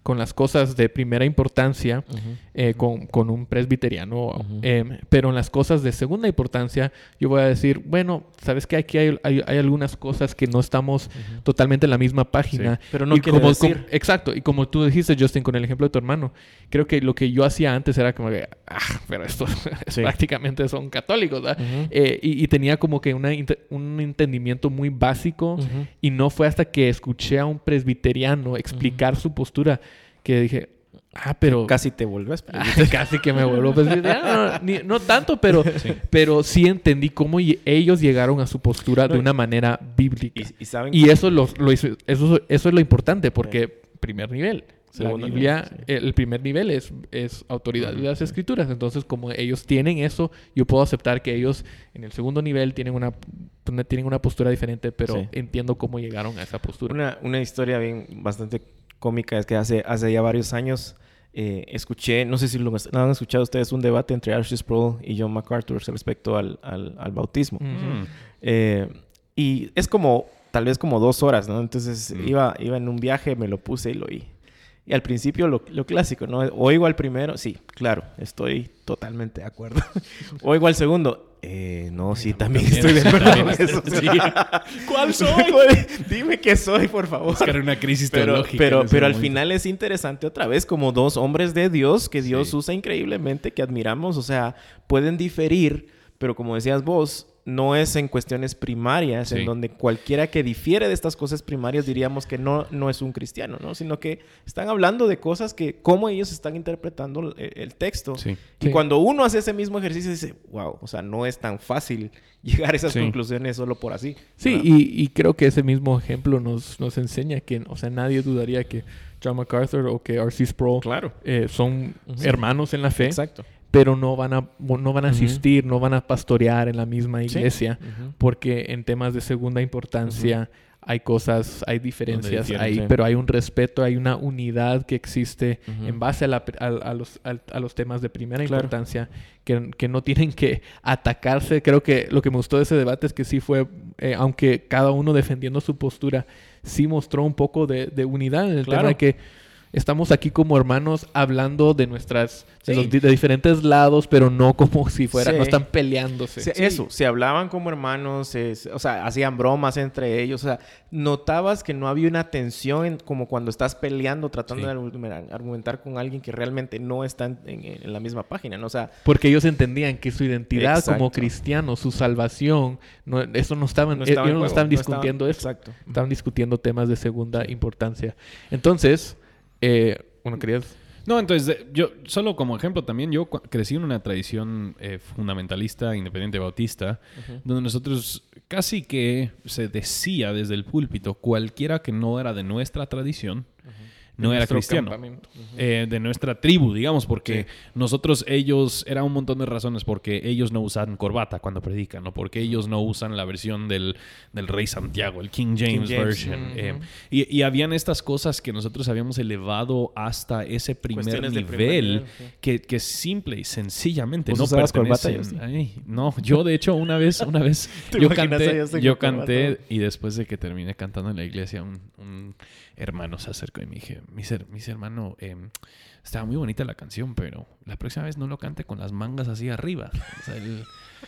con las cosas de primera importancia
Uh-huh.
eh, con, con un presbiteriano,
Uh-huh.
eh, pero en las cosas de segunda importancia yo voy a decir, bueno, ¿sabes qué? Aquí hay, hay, hay algunas cosas que no estamos
Uh-huh.
totalmente en la misma página.
Sí, pero no
y
quiere
como,
decir...
como- exacto. Y como tú dijiste, Justin, con el ejemplo de tu hermano, creo que lo que yo hacía antes era como que, ah, pero esto
Sí.
prácticamente son católicos, ¿verdad?
Uh-huh.
Eh, y, y tenía como que una, int- un entendimiento muy básico
Uh-huh.
y no fue hasta que escuché a un presbiteriano explicar su postura que dije, ah, pero...
Casi te vuelves.
Ah, casi que me vuelvo presbiteriano. No, ni- no tanto, pero sí. pero sí entendí cómo y- ellos llegaron a su postura
No,
de una manera bíblica.
Y, y saben
Y eso, lo, lo hizo- eso, eso es lo importante, porque
Sí.
primer nivel. La
Segundo
Biblia,
nivel, sí.
el primer nivel es, es autoridad de las escrituras. Entonces, como ellos tienen eso, yo puedo aceptar que ellos en el segundo nivel tienen una, una- tienen una postura diferente, pero
Sí.
entiendo cómo llegaron a esa postura.
Una, una historia bien bastante cómica es que hace, hace ya varios años eh, escuché, no sé si lo han escuchado ustedes, un debate entre R C Sproul y John MacArthur respecto al, al, al bautismo.
Ujú.
Eh, y es como, tal vez como dos horas, ¿no? Entonces
Mm.
iba, iba en un viaje, me lo puse y lo oí. Y al principio lo, lo clásico, ¿no? Oigo al primero, sí, claro, estoy totalmente de acuerdo. Oigo al segundo, eh, no, sí, también,
también,
estoy de acuerdo
también.
con eso.
Sí.
¿Cuál soy? Dime qué soy, por favor.
Buscar una crisis
Pero,
teológica.
pero,
en ese
pero al
momento.
final es interesante otra vez como dos hombres de Dios que Dios
Sí.
usa increíblemente, que admiramos, o sea, pueden diferir, pero como decías vos, no es en cuestiones primarias,
Sí.
en donde cualquiera que difiere de estas cosas primarias diríamos que no, no es un cristiano, ¿no? Sino que están hablando de cosas que, cómo ellos están interpretando el, el texto.
Sí.
Y
Sí.
cuando uno hace ese mismo ejercicio, dice, wow, o sea, no es tan fácil llegar a esas
Sí.
conclusiones solo por así.
Sí,
¿verdad?
y, y creo que ese mismo ejemplo nos, nos enseña que, o sea, nadie dudaría que John MacArthur o que R C Sproul
Claro.
eh, son
Ujú.
hermanos en la fe,
Exacto.
pero no van a no van a
Ujú.
asistir, no van a pastorear en la misma
Sí.
iglesia,
Ujú.
porque en temas de segunda importancia hay cosas, hay diferencias
difieren,
ahí,
sí.
pero hay un respeto, hay una unidad que existe
Ujú.
en base a, la- a- a los, a, a los temas de primera
Claro.
importancia que, que no tienen que atacarse. Creo que lo que me gustó de ese debate es que sí fue, eh, aunque cada uno defendiendo su postura, sí mostró un poco de, de unidad en el
Claro.
tema de que estamos aquí como hermanos hablando de nuestras de,
Sí.
los di- de diferentes lados, pero no como si fuera,
Sí.
no están peleándose.
Se- Eso, se hablaban como hermanos, se- se- o sea, hacían bromas entre ellos, o sea, notabas que no había una tensión en- como cuando estás peleando, tratando
Sí.
de argumentar, argumentar con alguien que realmente no está en, en- en la misma página, ¿no? O sea,
Porque ellos entendían que su identidad como
Exacto.
cristianos, su salvación, no, eso no estaban,
no
ellos
estaba en
no
juego,
estaban
no
discutiendo
estaba-
eso.
Exacto.
Estaban discutiendo temas de segunda importancia. Entonces, eh, bueno, querías...
No, entonces, de- yo, solo como ejemplo también, yo cu- crecí en una tradición eh, fundamentalista, independiente, bautista,
Ujú.
donde nosotros casi que se decía desde el púlpito, cualquiera que no era de nuestra tradición, no era
nuestro
cristiano.
campamento.
Eh, de nuestra tribu, digamos, porque
Sí.
nosotros, ellos, era un montón de razones, porque ellos no usan corbata cuando predican, o porque ellos no usan la versión del, del Rey Santiago, el King James,
King James.
Version.
Ujú.
Eh, y, y habían estas cosas que nosotros habíamos elevado hasta ese primer
Cuestiones de
nivel,
primer nivel, sí.
que, que simple y sencillamente
¿Vos
no
usabas corbata,
pertenecen.
Justin?
Ay, no, yo de hecho una vez, una vez,
¿Te
yo
imaginas a
canté,
Justin
yo
con corbata?
canté y después de que terminé cantando en la iglesia, un, un hermano se acercó y me dije, mis, her- mis hermano, eh, estaba muy bonita la canción, pero la próxima vez no lo cante con las mangas así arriba. O sea, él,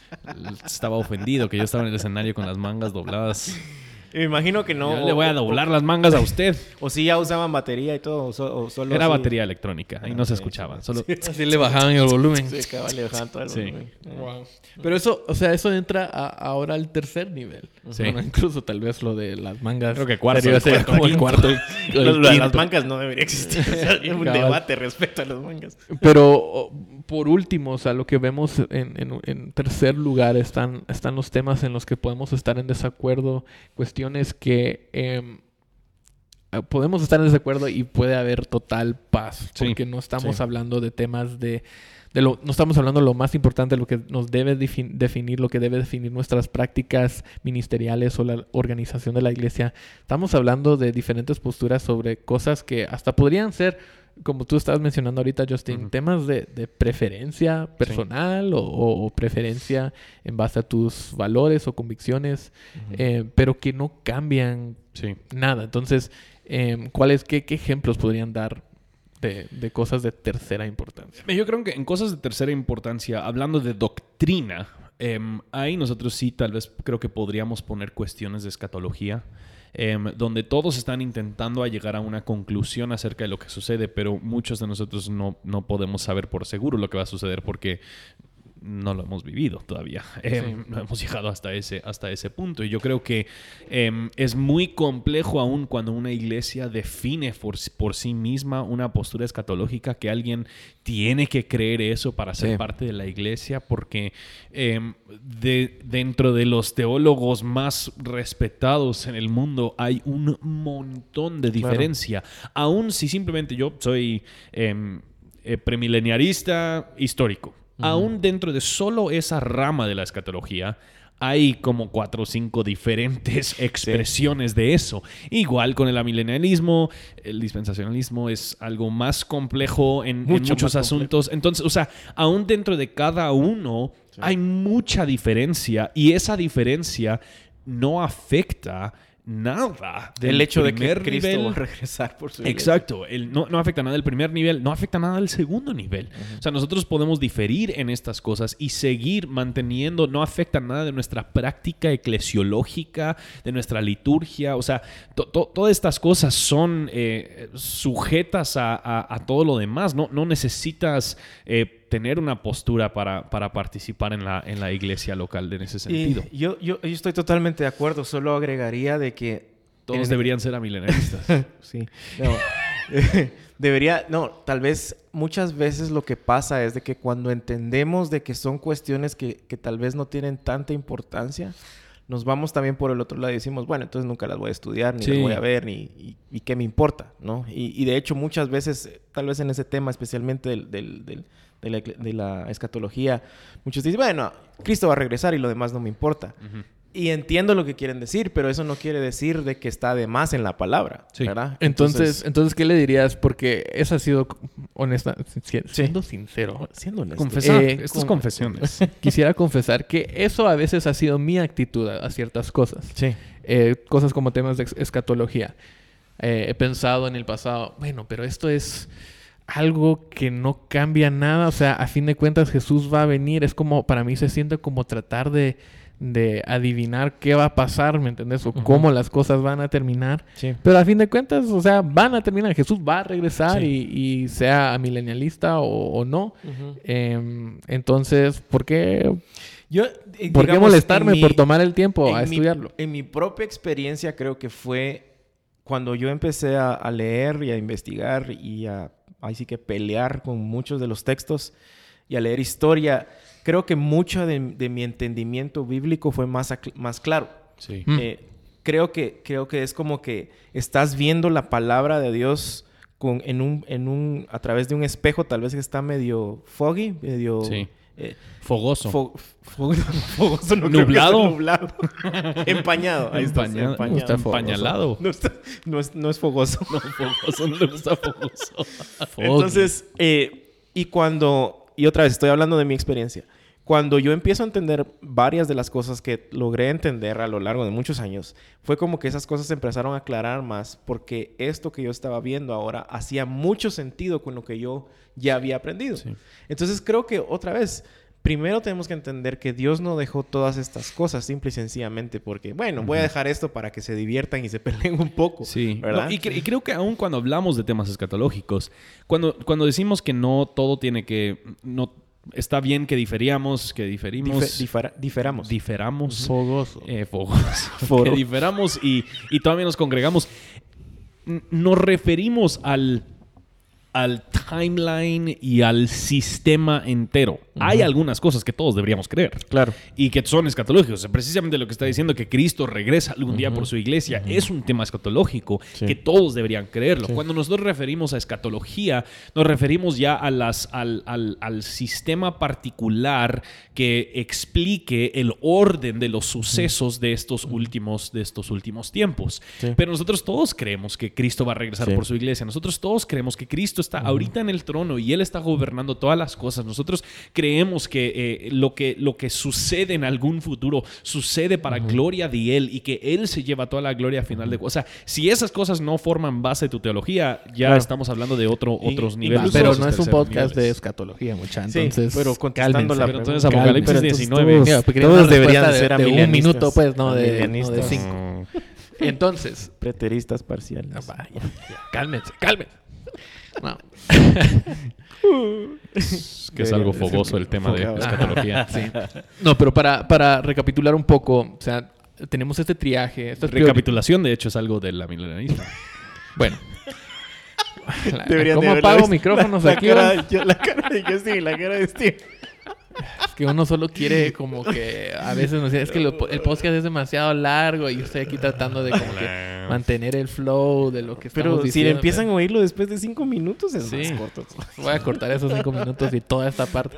él estaba ofendido que yo estaba en el escenario con las mangas dobladas.
Y me imagino que no.
Yo le voy a
o-
doblar las mangas a usted.
O, o si ya usaban batería y todo, o, so- o solo
Era
así.
batería electrónica y no se
Ok,
escuchaba.
sí.
Solo...
Así le bajaban el volumen.
Sí, cabal, le bajaban todo el
Sí.
volumen.
Wow. Pero eso, o sea, eso entra a- ahora al tercer nivel.
Sí.
Bueno, incluso tal vez lo de las mangas.
Creo que cuarto,
debería ser
cuarto,
como el
quinto.
cuarto. el
Los- Las
quinto.
mangas no debería existir. O sea, hay un
Cabal.
debate respecto a las mangas.
Pero o, por último, o sea, lo que vemos en, en- en tercer lugar están, están los temas en los que podemos estar en desacuerdo, cuestiones que em, eh, podemos estar en desacuerdo y puede haber total paz,
Sí,
porque no estamos
sí.
hablando de temas de, de lo, no estamos hablando de lo más importante, lo que nos debe defi- definir, lo que debe definir nuestras prácticas ministeriales o la organización de la iglesia. Estamos hablando de diferentes posturas sobre cosas que hasta podrían ser, como tú estabas mencionando ahorita, Justin,
Ujú.
temas de, de preferencia personal o, o- o preferencia en base a tus valores o convicciones, eh, pero que no cambian
Sí.
nada. Entonces, eh, ¿cuáles, qué, qué ejemplos podrían dar de, de cosas de tercera importancia.
Yo creo que en cosas de tercera importancia, hablando de doctrina, eh, ahí nosotros sí tal vez creo que podríamos poner cuestiones de escatología, eh, donde todos están intentando a llegar a una conclusión acerca de lo que sucede, pero muchos de nosotros no, no podemos saber por seguro lo que va a suceder porque no lo hemos vivido todavía. Eh, sí. No hemos llegado hasta ese, hasta ese punto. Y yo creo que eh, es muy complejo aún cuando una iglesia define por, por sí misma una postura escatológica, que alguien tiene que creer eso para ser sí. parte de la iglesia, porque eh, de, dentro de los teólogos más respetados en el mundo hay un montón de diferencia. Claro. Aún si simplemente yo soy eh, eh, premileniarista histórico, Uh-huh. aún dentro de solo esa rama de la escatología hay como cuatro o cinco diferentes expresiones sí. de eso. Igual con el amilenialismo, el dispensacionalismo es algo más complejo en, en muchos asuntos. Complejo. Entonces, o sea, aún dentro de cada uno sí. hay mucha diferencia, y esa diferencia no afecta nada del
el hecho de que
Cristo
nivel. va a regresar por su iglesia.
Exacto. El, no, no afecta nada del primer nivel, no afecta nada del segundo nivel. Uh-huh. O sea, nosotros podemos diferir en estas cosas y seguir manteniendo, no afecta nada de nuestra práctica eclesiológica, de nuestra liturgia. O sea, to, to, todas estas cosas son eh, sujetas a, a, a todo lo demás. No, no necesitas eh, tener una postura para, para participar en la, en la iglesia local en ese sentido.
Y yo, yo, yo estoy totalmente de acuerdo. Solo agregaría de que
todos deberían ser amilenaristas.
Sí. No. Debería, no, tal vez muchas veces lo que pasa es de que cuando entendemos de que son cuestiones que, que tal vez no tienen tanta importancia, nos vamos también por el otro lado y decimos, bueno, entonces nunca las voy a estudiar, ni sí. las voy a ver, ni y, y qué me importa, ¿no? Y, y de hecho muchas veces, tal vez en ese tema, especialmente del, del, del, de, la, de la escatología, muchos dicen, bueno, Cristo va a regresar y lo demás no me importa. Uh-huh. Y entiendo lo que quieren decir, pero eso no quiere decir de que está de más en la palabra, sí. ¿verdad?
Entonces, entonces, entonces, ¿qué le dirías? Porque eso ha sido honesta, siendo sí. sincero, siendo honesto.
Confesar, eh, estas con... confesiones.
Quisiera confesar que eso a veces ha sido mi actitud a, a ciertas cosas.
Sí.
Eh, cosas como temas de escatología. Eh, he pensado en el pasado, bueno, pero esto es algo que no cambia nada. O sea, a fin de cuentas Jesús va a venir. Es como, para mí se siente como tratar de... de adivinar qué va a pasar, ¿me entiendes? O uh-huh. cómo las cosas van a terminar. Sí. Pero a fin de cuentas, o sea, van a terminar. Jesús va a regresar sí. y, y sea milenialista o, o no. Uh-huh. Eh, entonces, ¿por qué,
Yo,
eh, ¿por qué molestarme mi, por tomar el tiempo a
mi,
estudiarlo?
En mi propia experiencia creo que fue cuando yo empecé a, a leer y a investigar y a, ahí sí que pelear con muchos de los textos y a leer historia. Creo que mucho de, de mi entendimiento bíblico fue más, más claro.
Sí.
Eh, creo, que, creo que es como que estás viendo la palabra de Dios con, en un, en un, a través de un espejo, tal vez que está medio foggy, medio...
Sí. Eh, fogoso.
Fo, fo, fogoso no
nublado.
nublado. Empañado. Ahí
Empañado.
Está, empañado.
Está empañalado.
No, está, no, es, no es fogoso.
No, fogoso no le gusta fogoso.
Entonces, eh, y cuando... Y otra vez, estoy hablando de mi experiencia. Cuando yo empiezo a entender varias de las cosas que logré entender a lo largo de muchos años, fue como que esas cosas se empezaron a aclarar más, porque esto que yo estaba viendo ahora hacía mucho sentido con lo que yo ya había aprendido. Sí. Entonces creo que otra vez, primero tenemos que entender que Dios no dejó todas estas cosas simple y sencillamente porque, bueno, uh-huh. voy a dejar esto para que se diviertan y se peleen un poco.
Sí,
¿verdad?
No, y, cre- y creo que aún cuando hablamos de temas escatológicos, cuando, cuando decimos que no todo tiene que... no está bien que diferíamos, que diferimos...
Difer- difera- diferamos.
Diferamos.
Fogoso.
Eh, fogoso. Que diferamos y, y todavía nos congregamos. Nos referimos al... al timeline y al sistema entero. Uh-huh. Hay algunas cosas que todos deberíamos creer.
Claro.
Y que son escatológicos. O sea, precisamente lo que está diciendo que Cristo regresa algún uh-huh. día por su iglesia uh-huh. es un tema escatológico sí. que todos deberían creerlo. Sí. Cuando nosotros referimos a escatología, nos referimos ya a las, al, al, al sistema particular que explique el orden de los sucesos uh-huh. de, estos uh-huh. últimos, de estos últimos tiempos. Sí. Pero nosotros todos creemos que Cristo va a regresar sí. por su iglesia. Nosotros todos creemos que Cristo está uh-huh. ahorita en el trono y Él está gobernando todas las cosas. Nosotros creemos que eh, lo que lo que sucede en algún futuro sucede para uh-huh. gloria de Él y que Él se lleva toda la gloria al final uh-huh. de cosas. O sea, si esas cosas no forman base de tu teología, ya claro. estamos hablando de otro, y, otros niveles.
Pero no es un podcast niveles. de escatología, mucha. Entonces,
sí, pero contestando la
pero entonces Apocalipsis diecinueve.
Todos, mira, todos deberían de, ser
de un minuto, pues, no de, no de cinco.
Mm.
Entonces,
preteristas parciales.
Ah, vaya, ya, cálmense, cálmense. No.
Es que es algo fogoso el tema de escatología.
Sí. No, pero para, para recapitular un poco, o sea, tenemos este triaje.
Recapitulación, de hecho, es algo de la milenarismo.
Bueno.
Deberían
¿Cómo
de
apago micrófonos
la
aquí?
Cara, yo, la cara de Justin y la cara de Steve.
Es que uno solo quiere como que a veces nos dice, es que lo, el podcast es demasiado largo y yo estoy aquí tratando de como que mantener el flow de lo que estamos
pero
diciendo.
Pero si empiezan a oírlo después de cinco minutos es
sí.
más corto.
Voy a cortar esos cinco minutos y toda esta parte.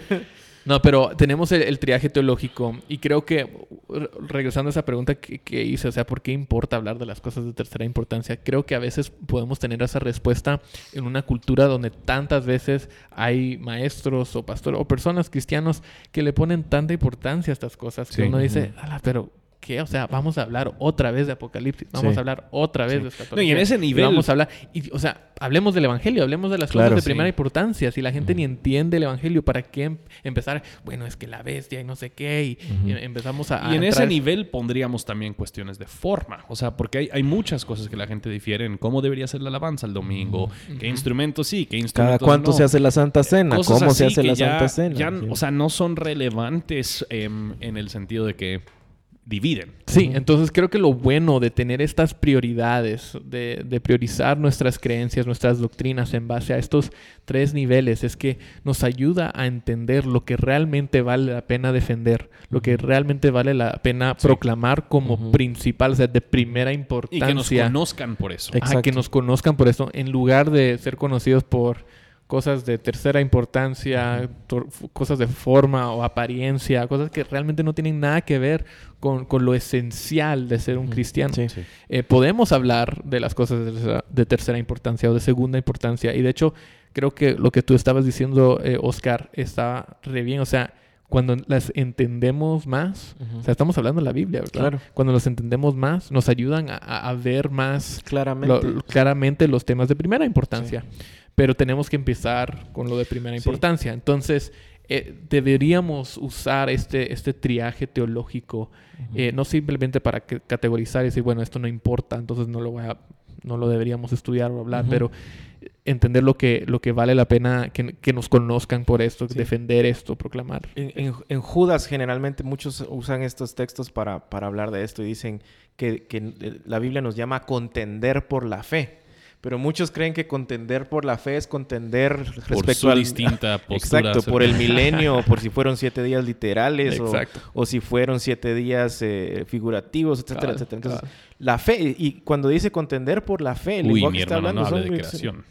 No, pero tenemos el, el triaje teológico y creo que, regresando a esa pregunta que, que hice, o sea, ¿por qué importa hablar de las cosas de tercera importancia? Creo que a veces podemos tener esa respuesta en una cultura donde tantas veces hay maestros o pastores o personas cristianos que le ponen tanta importancia a estas cosas que sí. uno dice, ala, pero... ¿qué? O sea, vamos a hablar otra vez de Apocalipsis. Vamos sí. a hablar otra vez sí. de escatología.
No, y en ese nivel...
Vamos a hablar... Y, o sea, hablemos del Evangelio. Hablemos de las claro, cosas de sí. primera importancia. Si la gente uh-huh. ni entiende el Evangelio, ¿para qué em- empezar? Bueno, es que la bestia y no sé qué. Y, uh-huh. y empezamos a...
Y en
a
ese nivel pondríamos también cuestiones de forma. O sea, porque hay, hay muchas cosas que la gente difiere en cómo debería ser la alabanza el domingo. Uh-huh. ¿Qué instrumentos sí? ¿Qué instrumentos
cada cuánto
no?
se hace la Santa Cena?
Cosas
¿Cómo se hace la
ya,
Santa Cena?
Ya,
sí.
O sea, no son relevantes eh, en el sentido de que... dividen.
Sí, uh-huh. entonces creo que lo bueno de tener estas prioridades, de, de priorizar nuestras creencias, nuestras doctrinas en base a estos tres niveles, es que nos ayuda a entender lo que realmente vale la pena defender, lo que realmente vale la pena sí. proclamar como uh-huh. principal, o sea, de primera importancia.
Y que nos conozcan por eso.
Ajá, que nos conozcan por eso, en lugar de ser conocidos por... cosas de tercera importancia, to- cosas de forma o apariencia, cosas que realmente no tienen nada que ver con, con lo esencial de ser un uh-huh. cristiano.
Sí, sí.
Eh, podemos hablar de las cosas de tercera, de tercera importancia o de segunda importancia. Y de hecho, creo que lo que tú estabas diciendo, eh, Oscar, está re bien. O sea, cuando las entendemos más, uh-huh. o sea, estamos hablando de la Biblia, ¿verdad?
Claro. Cuando
los entendemos más, nos ayudan a, a ver más
claramente.
Lo, claramente los temas de primera importancia. Sí. Pero tenemos que empezar con lo de primera importancia. Sí. Entonces, eh, deberíamos usar este, este triaje teológico, uh-huh. eh, no simplemente para que, categorizar y decir, bueno, esto no importa, entonces no lo voy a, no lo deberíamos estudiar o hablar, uh-huh. pero entender lo que, lo que vale la pena que, que nos conozcan por esto, sí. defender esto, proclamar.
En, en, en Judas, generalmente, muchos usan estos textos para, para hablar de esto y dicen que, que la Biblia nos llama a contender por la fe. Pero muchos creen que contender por la fe es contender
por
respecto
su
al...
distinta postura.
Exacto, por el milenio, o por si fueron siete días literales, o, o si fueron siete días eh, figurativos, etcétera, claro, etcétera. Entonces, claro. la fe, y cuando dice contender por la fe, el
Uy,
lenguaje
mi
que está
hermano
hablando...
no habla
son...
de creación.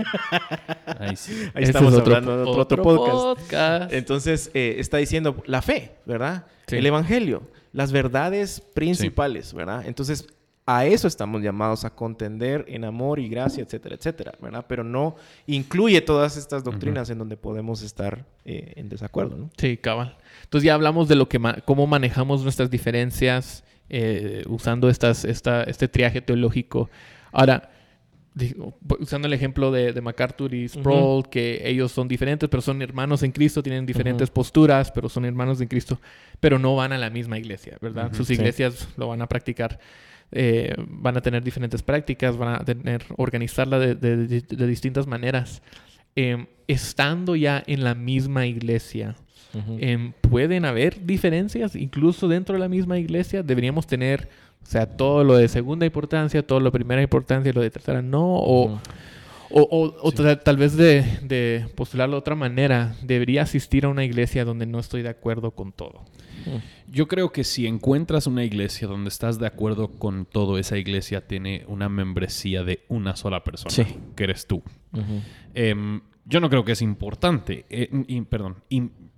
Ahí sí. Ahí
este
estamos
es otro,
hablando de otro,
otro,
otro podcast.
podcast.
Entonces, eh, está diciendo la fe, ¿verdad?
Sí.
El evangelio, las verdades principales, sí. ¿verdad? Entonces... a eso estamos llamados a contender en amor y gracia, etcétera, etcétera, ¿verdad? Pero no incluye todas estas doctrinas uh-huh. en donde podemos estar eh, en desacuerdo, ¿no?
Sí, cabal. Entonces ya hablamos de lo que ma- cómo manejamos nuestras diferencias eh, usando estas, esta, este triaje teológico. Ahora, digo, usando el ejemplo de, de MacArthur y Sproul, uh-huh. que ellos son diferentes, pero son hermanos en Cristo, tienen diferentes uh-huh. posturas, pero son hermanos en Cristo, pero no van a la misma iglesia, ¿verdad? Uh-huh. Sus iglesias sí. lo van a practicar. Eh, van a tener diferentes prácticas, van a tener organizarla de, de, de, de distintas maneras. Eh, estando ya en la misma iglesia, uh-huh. eh, ¿pueden haber diferencias incluso dentro de la misma iglesia? Deberíamos tener, o sea, todo lo de segunda importancia, todo lo de primera importancia, lo de tercera no, o, uh-huh. o, o, o sí. tal, tal vez de, de postularlo de otra manera, debería asistir a una iglesia donde no estoy de acuerdo con todo.
Yo creo que si encuentras una iglesia donde estás de acuerdo con todo, esa iglesia tiene una membresía de una sola persona,
sí.
que eres tú.
Uh-huh.
Eh, yo no creo que es importante, eh, y, perdón, y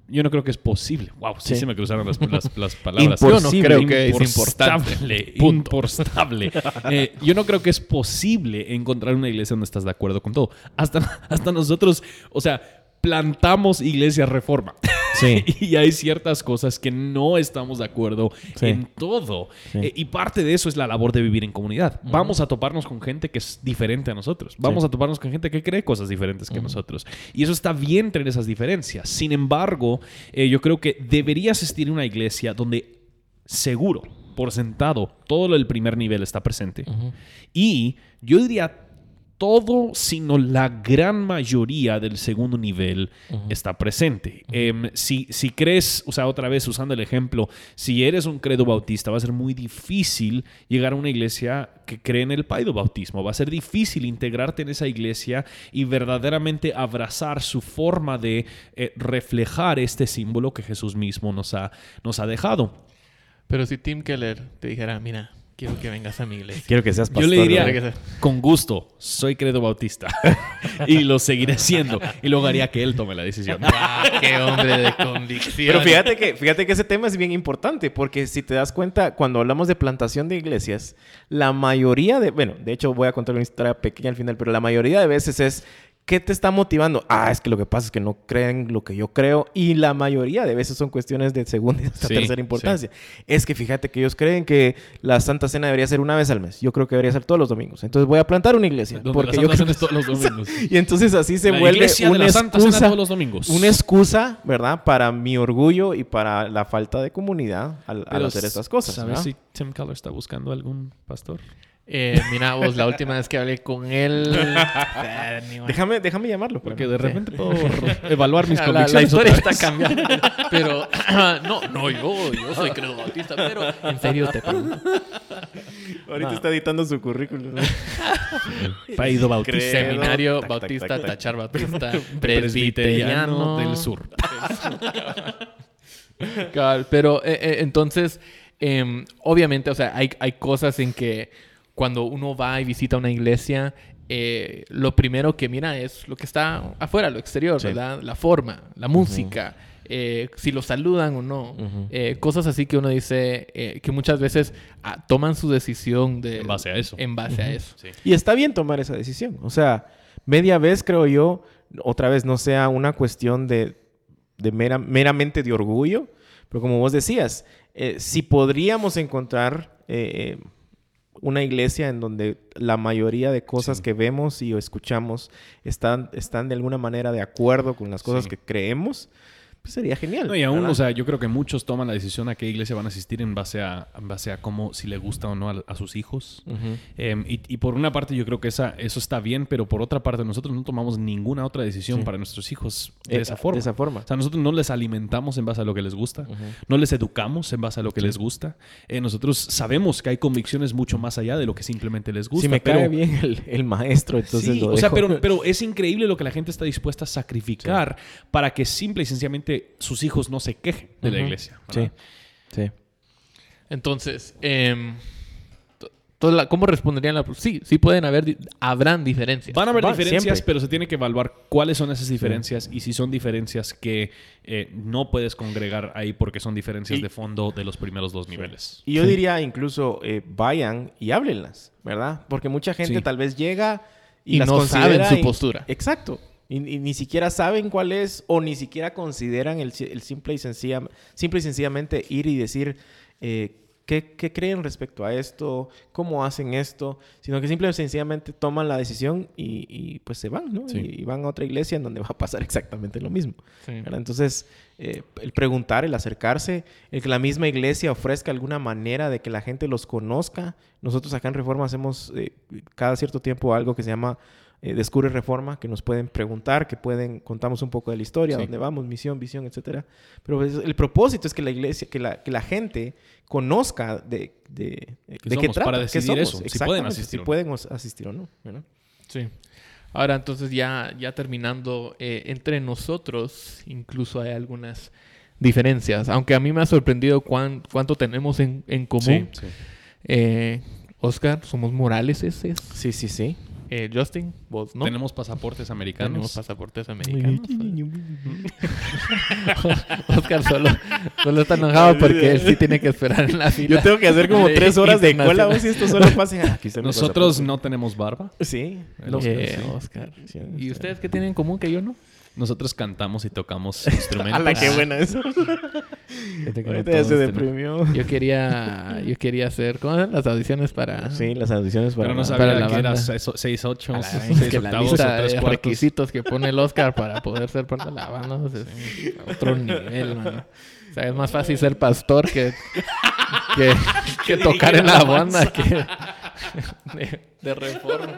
Yo no creo que es posible. Wow, sí, sí. se me cruzaron las, las, las palabras.
Yo no creo que es importante.
Imposible. eh, yo no creo que es posible encontrar una iglesia donde estás de acuerdo con todo. Hasta, hasta nosotros, o sea, plantamos Iglesia Reforma.
Sí.
Y hay ciertas cosas que no estamos de acuerdo
sí.
en todo.
Sí.
Eh, y parte de eso es la labor de vivir en comunidad. Uh-huh. Vamos a toparnos con gente que es diferente a nosotros. Vamos sí. a toparnos con gente que cree cosas diferentes que uh-huh. nosotros. Y eso está bien tener esas diferencias. Sin embargo, eh, yo creo que debería asistir a una iglesia donde seguro, por sentado, todo el primer nivel está presente. Uh-huh. Y yo diría todo, sino la gran mayoría del segundo nivel uh-huh. está presente. Uh-huh. Eh, si, si crees, o sea, otra vez usando el ejemplo, si eres un credo bautista, va a ser muy difícil llegar a una iglesia que cree en el paidobautismo. Va a ser difícil integrarte en esa iglesia y verdaderamente abrazar su forma de eh, reflejar este símbolo que Jesús mismo nos ha, nos ha dejado.
Pero si Tim Keller te dijera, mira, quiero que vengas a mi iglesia.
Quiero que seas pastor.
Yo le diría, con gusto, soy credo bautista. Y lo seguiré siendo. Y luego haría que él tome la decisión.
¡Ah, qué hombre de convicción!
Pero fíjate que, fíjate que ese tema es bien importante. Porque si te das cuenta, cuando hablamos de plantación de iglesias, la mayoría de... Bueno, de hecho voy a contar una historia pequeña al final. Pero la mayoría de veces es... ¿Qué te está motivando? Ah, es que lo que pasa es que no creen lo que yo creo. Y la mayoría de veces son cuestiones de segunda y hasta sí, tercera importancia. Sí. Es que fíjate que ellos creen que la Santa Cena debería ser una vez al mes. Yo creo que debería ser todos los domingos. Entonces voy a plantar una iglesia.
Donde
porque
la
yo
Santa
creo...
Cena es todos los domingos.
Y entonces así se
la
vuelve
iglesia
una
de la Santa
excusa,
Cena todos los domingos.
Una excusa, ¿verdad? Para mi orgullo y para la falta de comunidad al, al hacer estas cosas.
¿Sabes si Tim Keller está buscando algún pastor?
Eh, mira vos, la última vez que hablé con él...
déjame, déjame llamarlo.
Porque de repente sí. puedo evaluar mis
la,
convicciones.
La historia está cambiando. Pero... no, no, yo, yo soy credo bautista, pero en serio te pregunto.
Ahorita no. está editando su currículum.
Paido bautista.
Seminario tac, bautista, tac, tac, tachar bautista, presbiteriano
del sur.
Claro, pero eh, eh, entonces, eh, obviamente, o sea, hay, hay cosas en que cuando uno va y visita una iglesia, eh, lo primero que mira es lo que está afuera, lo exterior, sí. ¿verdad? La forma, la música, uh-huh. eh, si lo saludan o no. Uh-huh. Eh, cosas así que uno dice eh, que muchas veces ah, toman su decisión de,
en base a eso.
En base
uh-huh.
a eso.
Sí. Y está bien tomar esa decisión. O sea, media vez creo yo, otra vez no sea una cuestión de, de mera, meramente de orgullo, pero como vos decías, eh, si podríamos encontrar... Eh, una iglesia en donde la mayoría de cosas sí. que vemos y o escuchamos están, están de alguna manera de acuerdo con las cosas sí. que creemos, pues sería genial.
No, y aún, ¿verdad? O sea, yo creo que muchos toman la decisión a qué iglesia van a asistir en base a, en base a cómo, si le gusta o no a, a sus hijos. Uh-huh. Eh, y, y por una parte yo creo que esa, eso está bien, pero por otra parte nosotros no tomamos ninguna otra decisión sí. para nuestros hijos de
eh,
esa forma.
De esa forma.
O sea, nosotros no les alimentamos en base a lo que les gusta, uh-huh. no les educamos en base a lo que sí. les gusta. Eh, nosotros sabemos que hay convicciones mucho más allá de lo que simplemente les gusta.
Si me
pero...
cae bien el, el maestro, entonces
sí,
lo
o
dejo.
sea, pero, pero es increíble lo que la gente está dispuesta a sacrificar sí. para que simple y sencillamente sus hijos no se quejen de uh-huh. la iglesia.
¿verdad? Sí, sí.
Entonces, eh, ¿cómo responderían la... Sí, sí pueden haber... Habrán diferencias.
Van a haber
Va,
diferencias,
siempre.
pero se tiene que evaluar cuáles son esas diferencias sí. y si son diferencias que eh, no puedes congregar ahí porque son diferencias y, de fondo de los primeros dos sí. niveles.
Y yo
sí.
diría incluso eh, vayan y háblenlas, ¿verdad? Porque mucha gente sí. tal vez llega y,
y
las
no saben su
y,
postura.
Exacto. Y, y ni siquiera saben cuál es o ni siquiera consideran el, el simple, y sencilla, simple y sencillamente ir y decir eh, ¿qué, qué creen respecto a esto, cómo hacen esto, sino que simple y sencillamente toman la decisión y, y pues se van, ¿no? Sí. Y, y van a otra iglesia en donde va a pasar exactamente lo mismo. Sí. Entonces, eh, el preguntar, el acercarse, el que la misma iglesia ofrezca alguna manera de que la gente los conozca. Nosotros acá en Reforma hacemos eh, cada cierto tiempo algo que se llama Eh, Descubre Reforma, que nos pueden preguntar, que pueden, contamos un poco de la historia, sí. dónde vamos, misión, visión, etcétera. Pero pues, el propósito es que la iglesia, que la, que la gente conozca de, de,
¿Qué
de qué trata,
para decidir eso, si pueden asistir
si pueden asistir o no, ¿verdad?
Sí. Ahora, entonces, ya, ya terminando, eh, entre nosotros incluso hay algunas diferencias, aunque a mí me ha sorprendido cuán, cuánto tenemos en, en común.
Sí, sí.
Eh, Oscar, ¿somos morales ese?
Sí, sí, sí.
Eh, Justin, vos no.
Tenemos pasaportes americanos.
Tenemos pasaportes americanos. Oscar solo, solo está enojado porque él sí tiene que esperar en la fila.
Yo tengo que hacer como tres horas de cola, vos, si esto solo pasa. Ah, aquí está mi
Nosotros
pasaporte.
no tenemos barba.
Sí.
El
Los-
Oscar,
Eh,
sí.
Oscar.
Sí,
¿Y
sí.
ustedes qué tienen en común que yo no?
Nosotros cantamos y tocamos instrumentos.
¡Hala, qué buena eso!
Fíjate que no
Ahorita ya
todos
se
tenemos.
deprimió.
Yo quería, yo quería hacer, ¿cómo eran las audiciones para?
Sí, las audiciones para...
Pero no
Para
sabía
la
que era
banda.
seis ocho,
A la vez,
seis
que la
octavos o
lista
tres
de
cuartos.
requisitos que pone el Oscar para poder ser parte de la banda no sé, es otro nivel, mano. O sea, es más fácil ser pastor que, que, que tocar en la banda que de, de Reforma.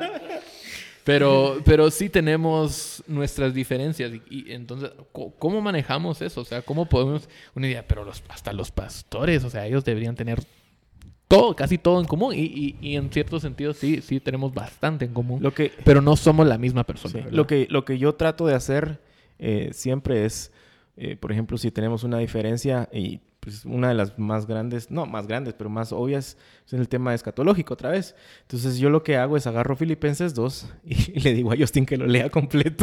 Pero, pero sí tenemos nuestras diferencias. Y, y entonces, co- ¿cómo manejamos eso? O sea, ¿cómo podemos...? Una idea, pero los, hasta los pastores, o sea, ellos deberían tener todo, casi todo en común. Y, y, y en cierto sentido sí, sí tenemos bastante en común.
Lo que,
Pero no somos la misma persona.
sí,
¿verdad?
lo que, lo que yo trato de hacer eh, siempre es, eh, por ejemplo, si tenemos una diferencia y pues una de las más grandes, no más grandes, pero más obvias, es el tema escatológico otra vez. Entonces yo lo que hago es agarro Filipenses dos y, y le digo a Justin que lo lea completo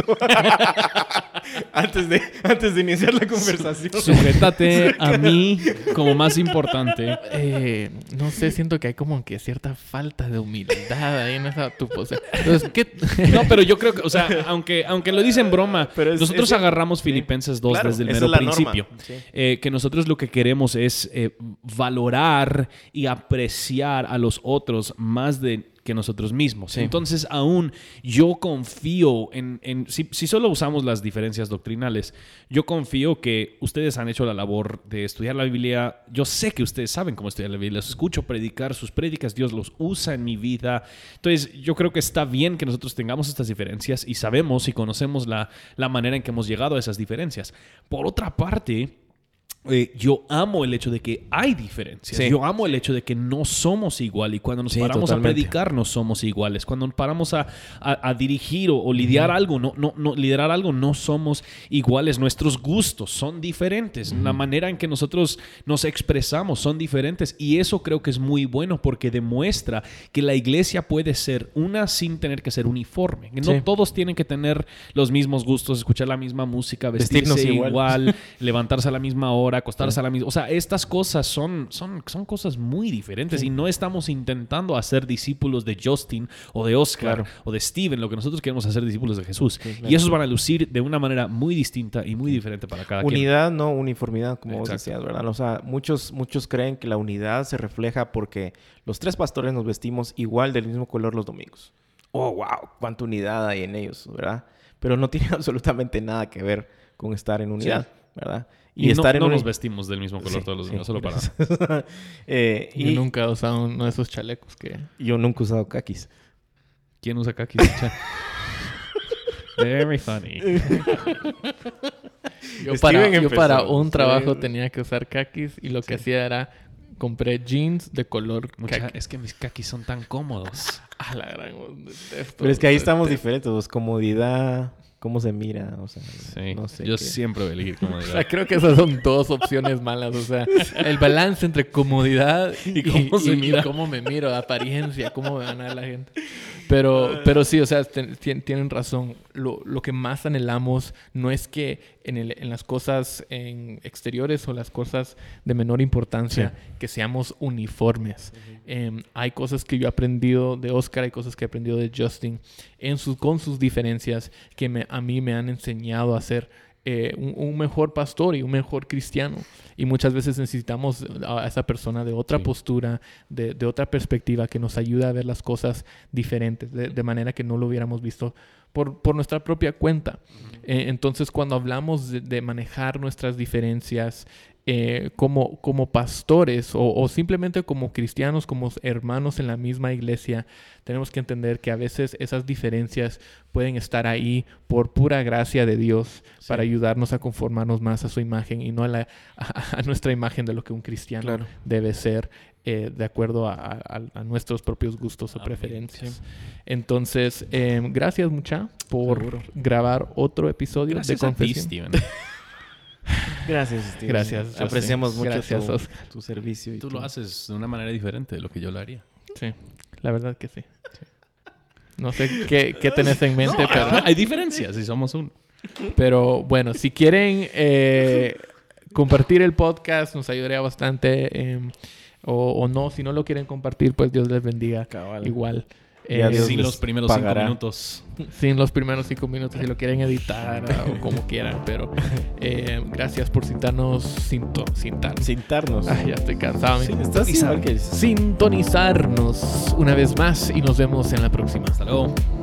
antes, de, antes de iniciar la conversación.
Sujétate a mí como más importante.
Eh, no sé, siento que hay como que cierta falta de humildad ahí en esa tu pose. Entonces, ¿qué?
No, pero yo creo que, o sea, aunque, aunque lo dicen broma,
Pero es-
nosotros
es-
agarramos
sí.
Filipenses dos
Claro,
desde el
esa
mero
es la norma.
principio.
Sí.
Eh, que nosotros lo que queremos es eh, valorar y apreciar a los otros más de que nosotros mismos.
Sí.
Entonces, aún yo confío en... en si, si solo usamos las diferencias doctrinales, yo confío que ustedes han hecho la labor de estudiar la Biblia. Yo sé que ustedes saben cómo estudiar la Biblia. Los escucho predicar sus prédicas. Dios los usa en mi vida. Entonces, yo creo que está bien que nosotros tengamos estas diferencias y sabemos y conocemos la, la manera en que hemos llegado a esas diferencias. Por otra parte... Eh, yo amo el hecho de que hay diferencias.
Sí.
Yo amo el hecho de que no somos igual y cuando nos
Sí,
paramos
totalmente.
a predicar no somos iguales. Cuando nos paramos a, a, a dirigir o, o lidiar uh-huh. algo, no, no, no, liderar algo, no somos iguales. Nuestros gustos son diferentes. Uh-huh. La manera en que nosotros nos expresamos son diferentes y eso creo que es muy bueno porque demuestra que la iglesia puede ser una sin tener que ser uniforme. No sí. todos tienen que tener los mismos gustos, escuchar la misma música, vestirse
Vestirnos igual,
igual levantarse a la misma hora, acostarse sí. a la misma... O sea, estas cosas son, son, son cosas muy diferentes sí. y no estamos intentando hacer discípulos de Justin o de Oscar claro. o de Steven. Lo que nosotros queremos hacer discípulos de Jesús. Sí, claro. Y esos van a lucir de una manera muy distinta y muy diferente para cada quien.
Unidad, no uniformidad, como
Exacto.
vos decías, ¿verdad? O sea, muchos, muchos creen que la unidad se refleja porque los tres pastores nos vestimos igual del mismo color los domingos. Oh, wow, cuánta unidad hay en ellos, ¿verdad? Pero no tiene absolutamente nada que ver con estar en unidad, sí. ¿verdad?
Y, y estar no, en no un... nos vestimos del mismo color sí, todos los días,
sí,
solo para...
eh, Yo y... nunca he usado uno de esos chalecos que...
Yo nunca he usado kakis.
¿Quién usa kakis? Very funny.
yo para, yo para un trabajo sí. tenía que usar kakis y lo que sí. hacía era... Compré jeans de color
Mucha, kaki. Es que mis kakis son tan cómodos.
A la gran...
Pero es que ahí estamos diferentes. Comodidad... ¿Cómo se mira? O sea,
sí.
no sé.
Yo
qué.
siempre voy a elegir comodidad.
O sea, creo que esas son dos opciones malas. O sea, el balance entre comodidad y, y cómo, y, se mira. Y cómo me miro, apariencia, cómo me van a ver la gente. Pero, pero sí, o sea, ten, tienen razón. Lo, lo que más anhelamos no es que en, el, en las cosas en exteriores o las cosas de menor importancia, sí. que seamos uniformes. Uh-huh. Eh, hay cosas que yo he aprendido de Oscar, hay cosas que he aprendido de Justin en sus, con sus diferencias que me, a mí me han enseñado a ser eh, un, un mejor pastor y un mejor cristiano. Y muchas veces necesitamos a esa persona de otra sí. postura, de, de otra perspectiva que nos ayude a ver las cosas diferentes, de, de manera que no lo hubiéramos visto por, por nuestra propia cuenta. Uh-huh. Eh, entonces, cuando hablamos de, de manejar nuestras diferencias eh, como, como pastores o, o simplemente como cristianos, como hermanos en la misma iglesia, tenemos que entender que a veces esas diferencias pueden estar ahí por pura gracia de Dios sí. para ayudarnos a conformarnos más a su imagen y no a, la, a, a nuestra imagen de lo que un cristiano claro. debe ser eh, de acuerdo a, a, a nuestros propios gustos o Amén. preferencias. Sí. Entonces, eh, gracias mucha por Seguro. grabar otro episodio
gracias
de
Confesión.
A ti, Steven. Gracias, Steven.
Gracias.
Apreciamos
sí.
mucho
Gracias,
tu, tu servicio. Y
Tú
tu...
lo haces de una manera diferente de lo que yo lo haría.
Sí, la verdad que sí. sí. No sé qué, qué tenés en mente,
no,
pero...
hay diferencias si somos uno.
Pero bueno, si quieren eh, compartir el podcast, nos ayudaría bastante. Eh, o, o no, si no lo quieren compartir, pues Dios les bendiga.
Cabal.
Igual.
Y a
Eh,
Dios
Sin
les
los primeros
pagará.
cinco minutos.
sin los primeros cinco minutos, si lo quieren editar o como quieran. Pero eh, gracias por sintarnos. Sinto, sintarnos.
Sintarnos.
Ay, ya estoy cansado.
Sí, estás igual que-
Sintonizarnos una vez más y nos vemos en la próxima.
Hasta luego.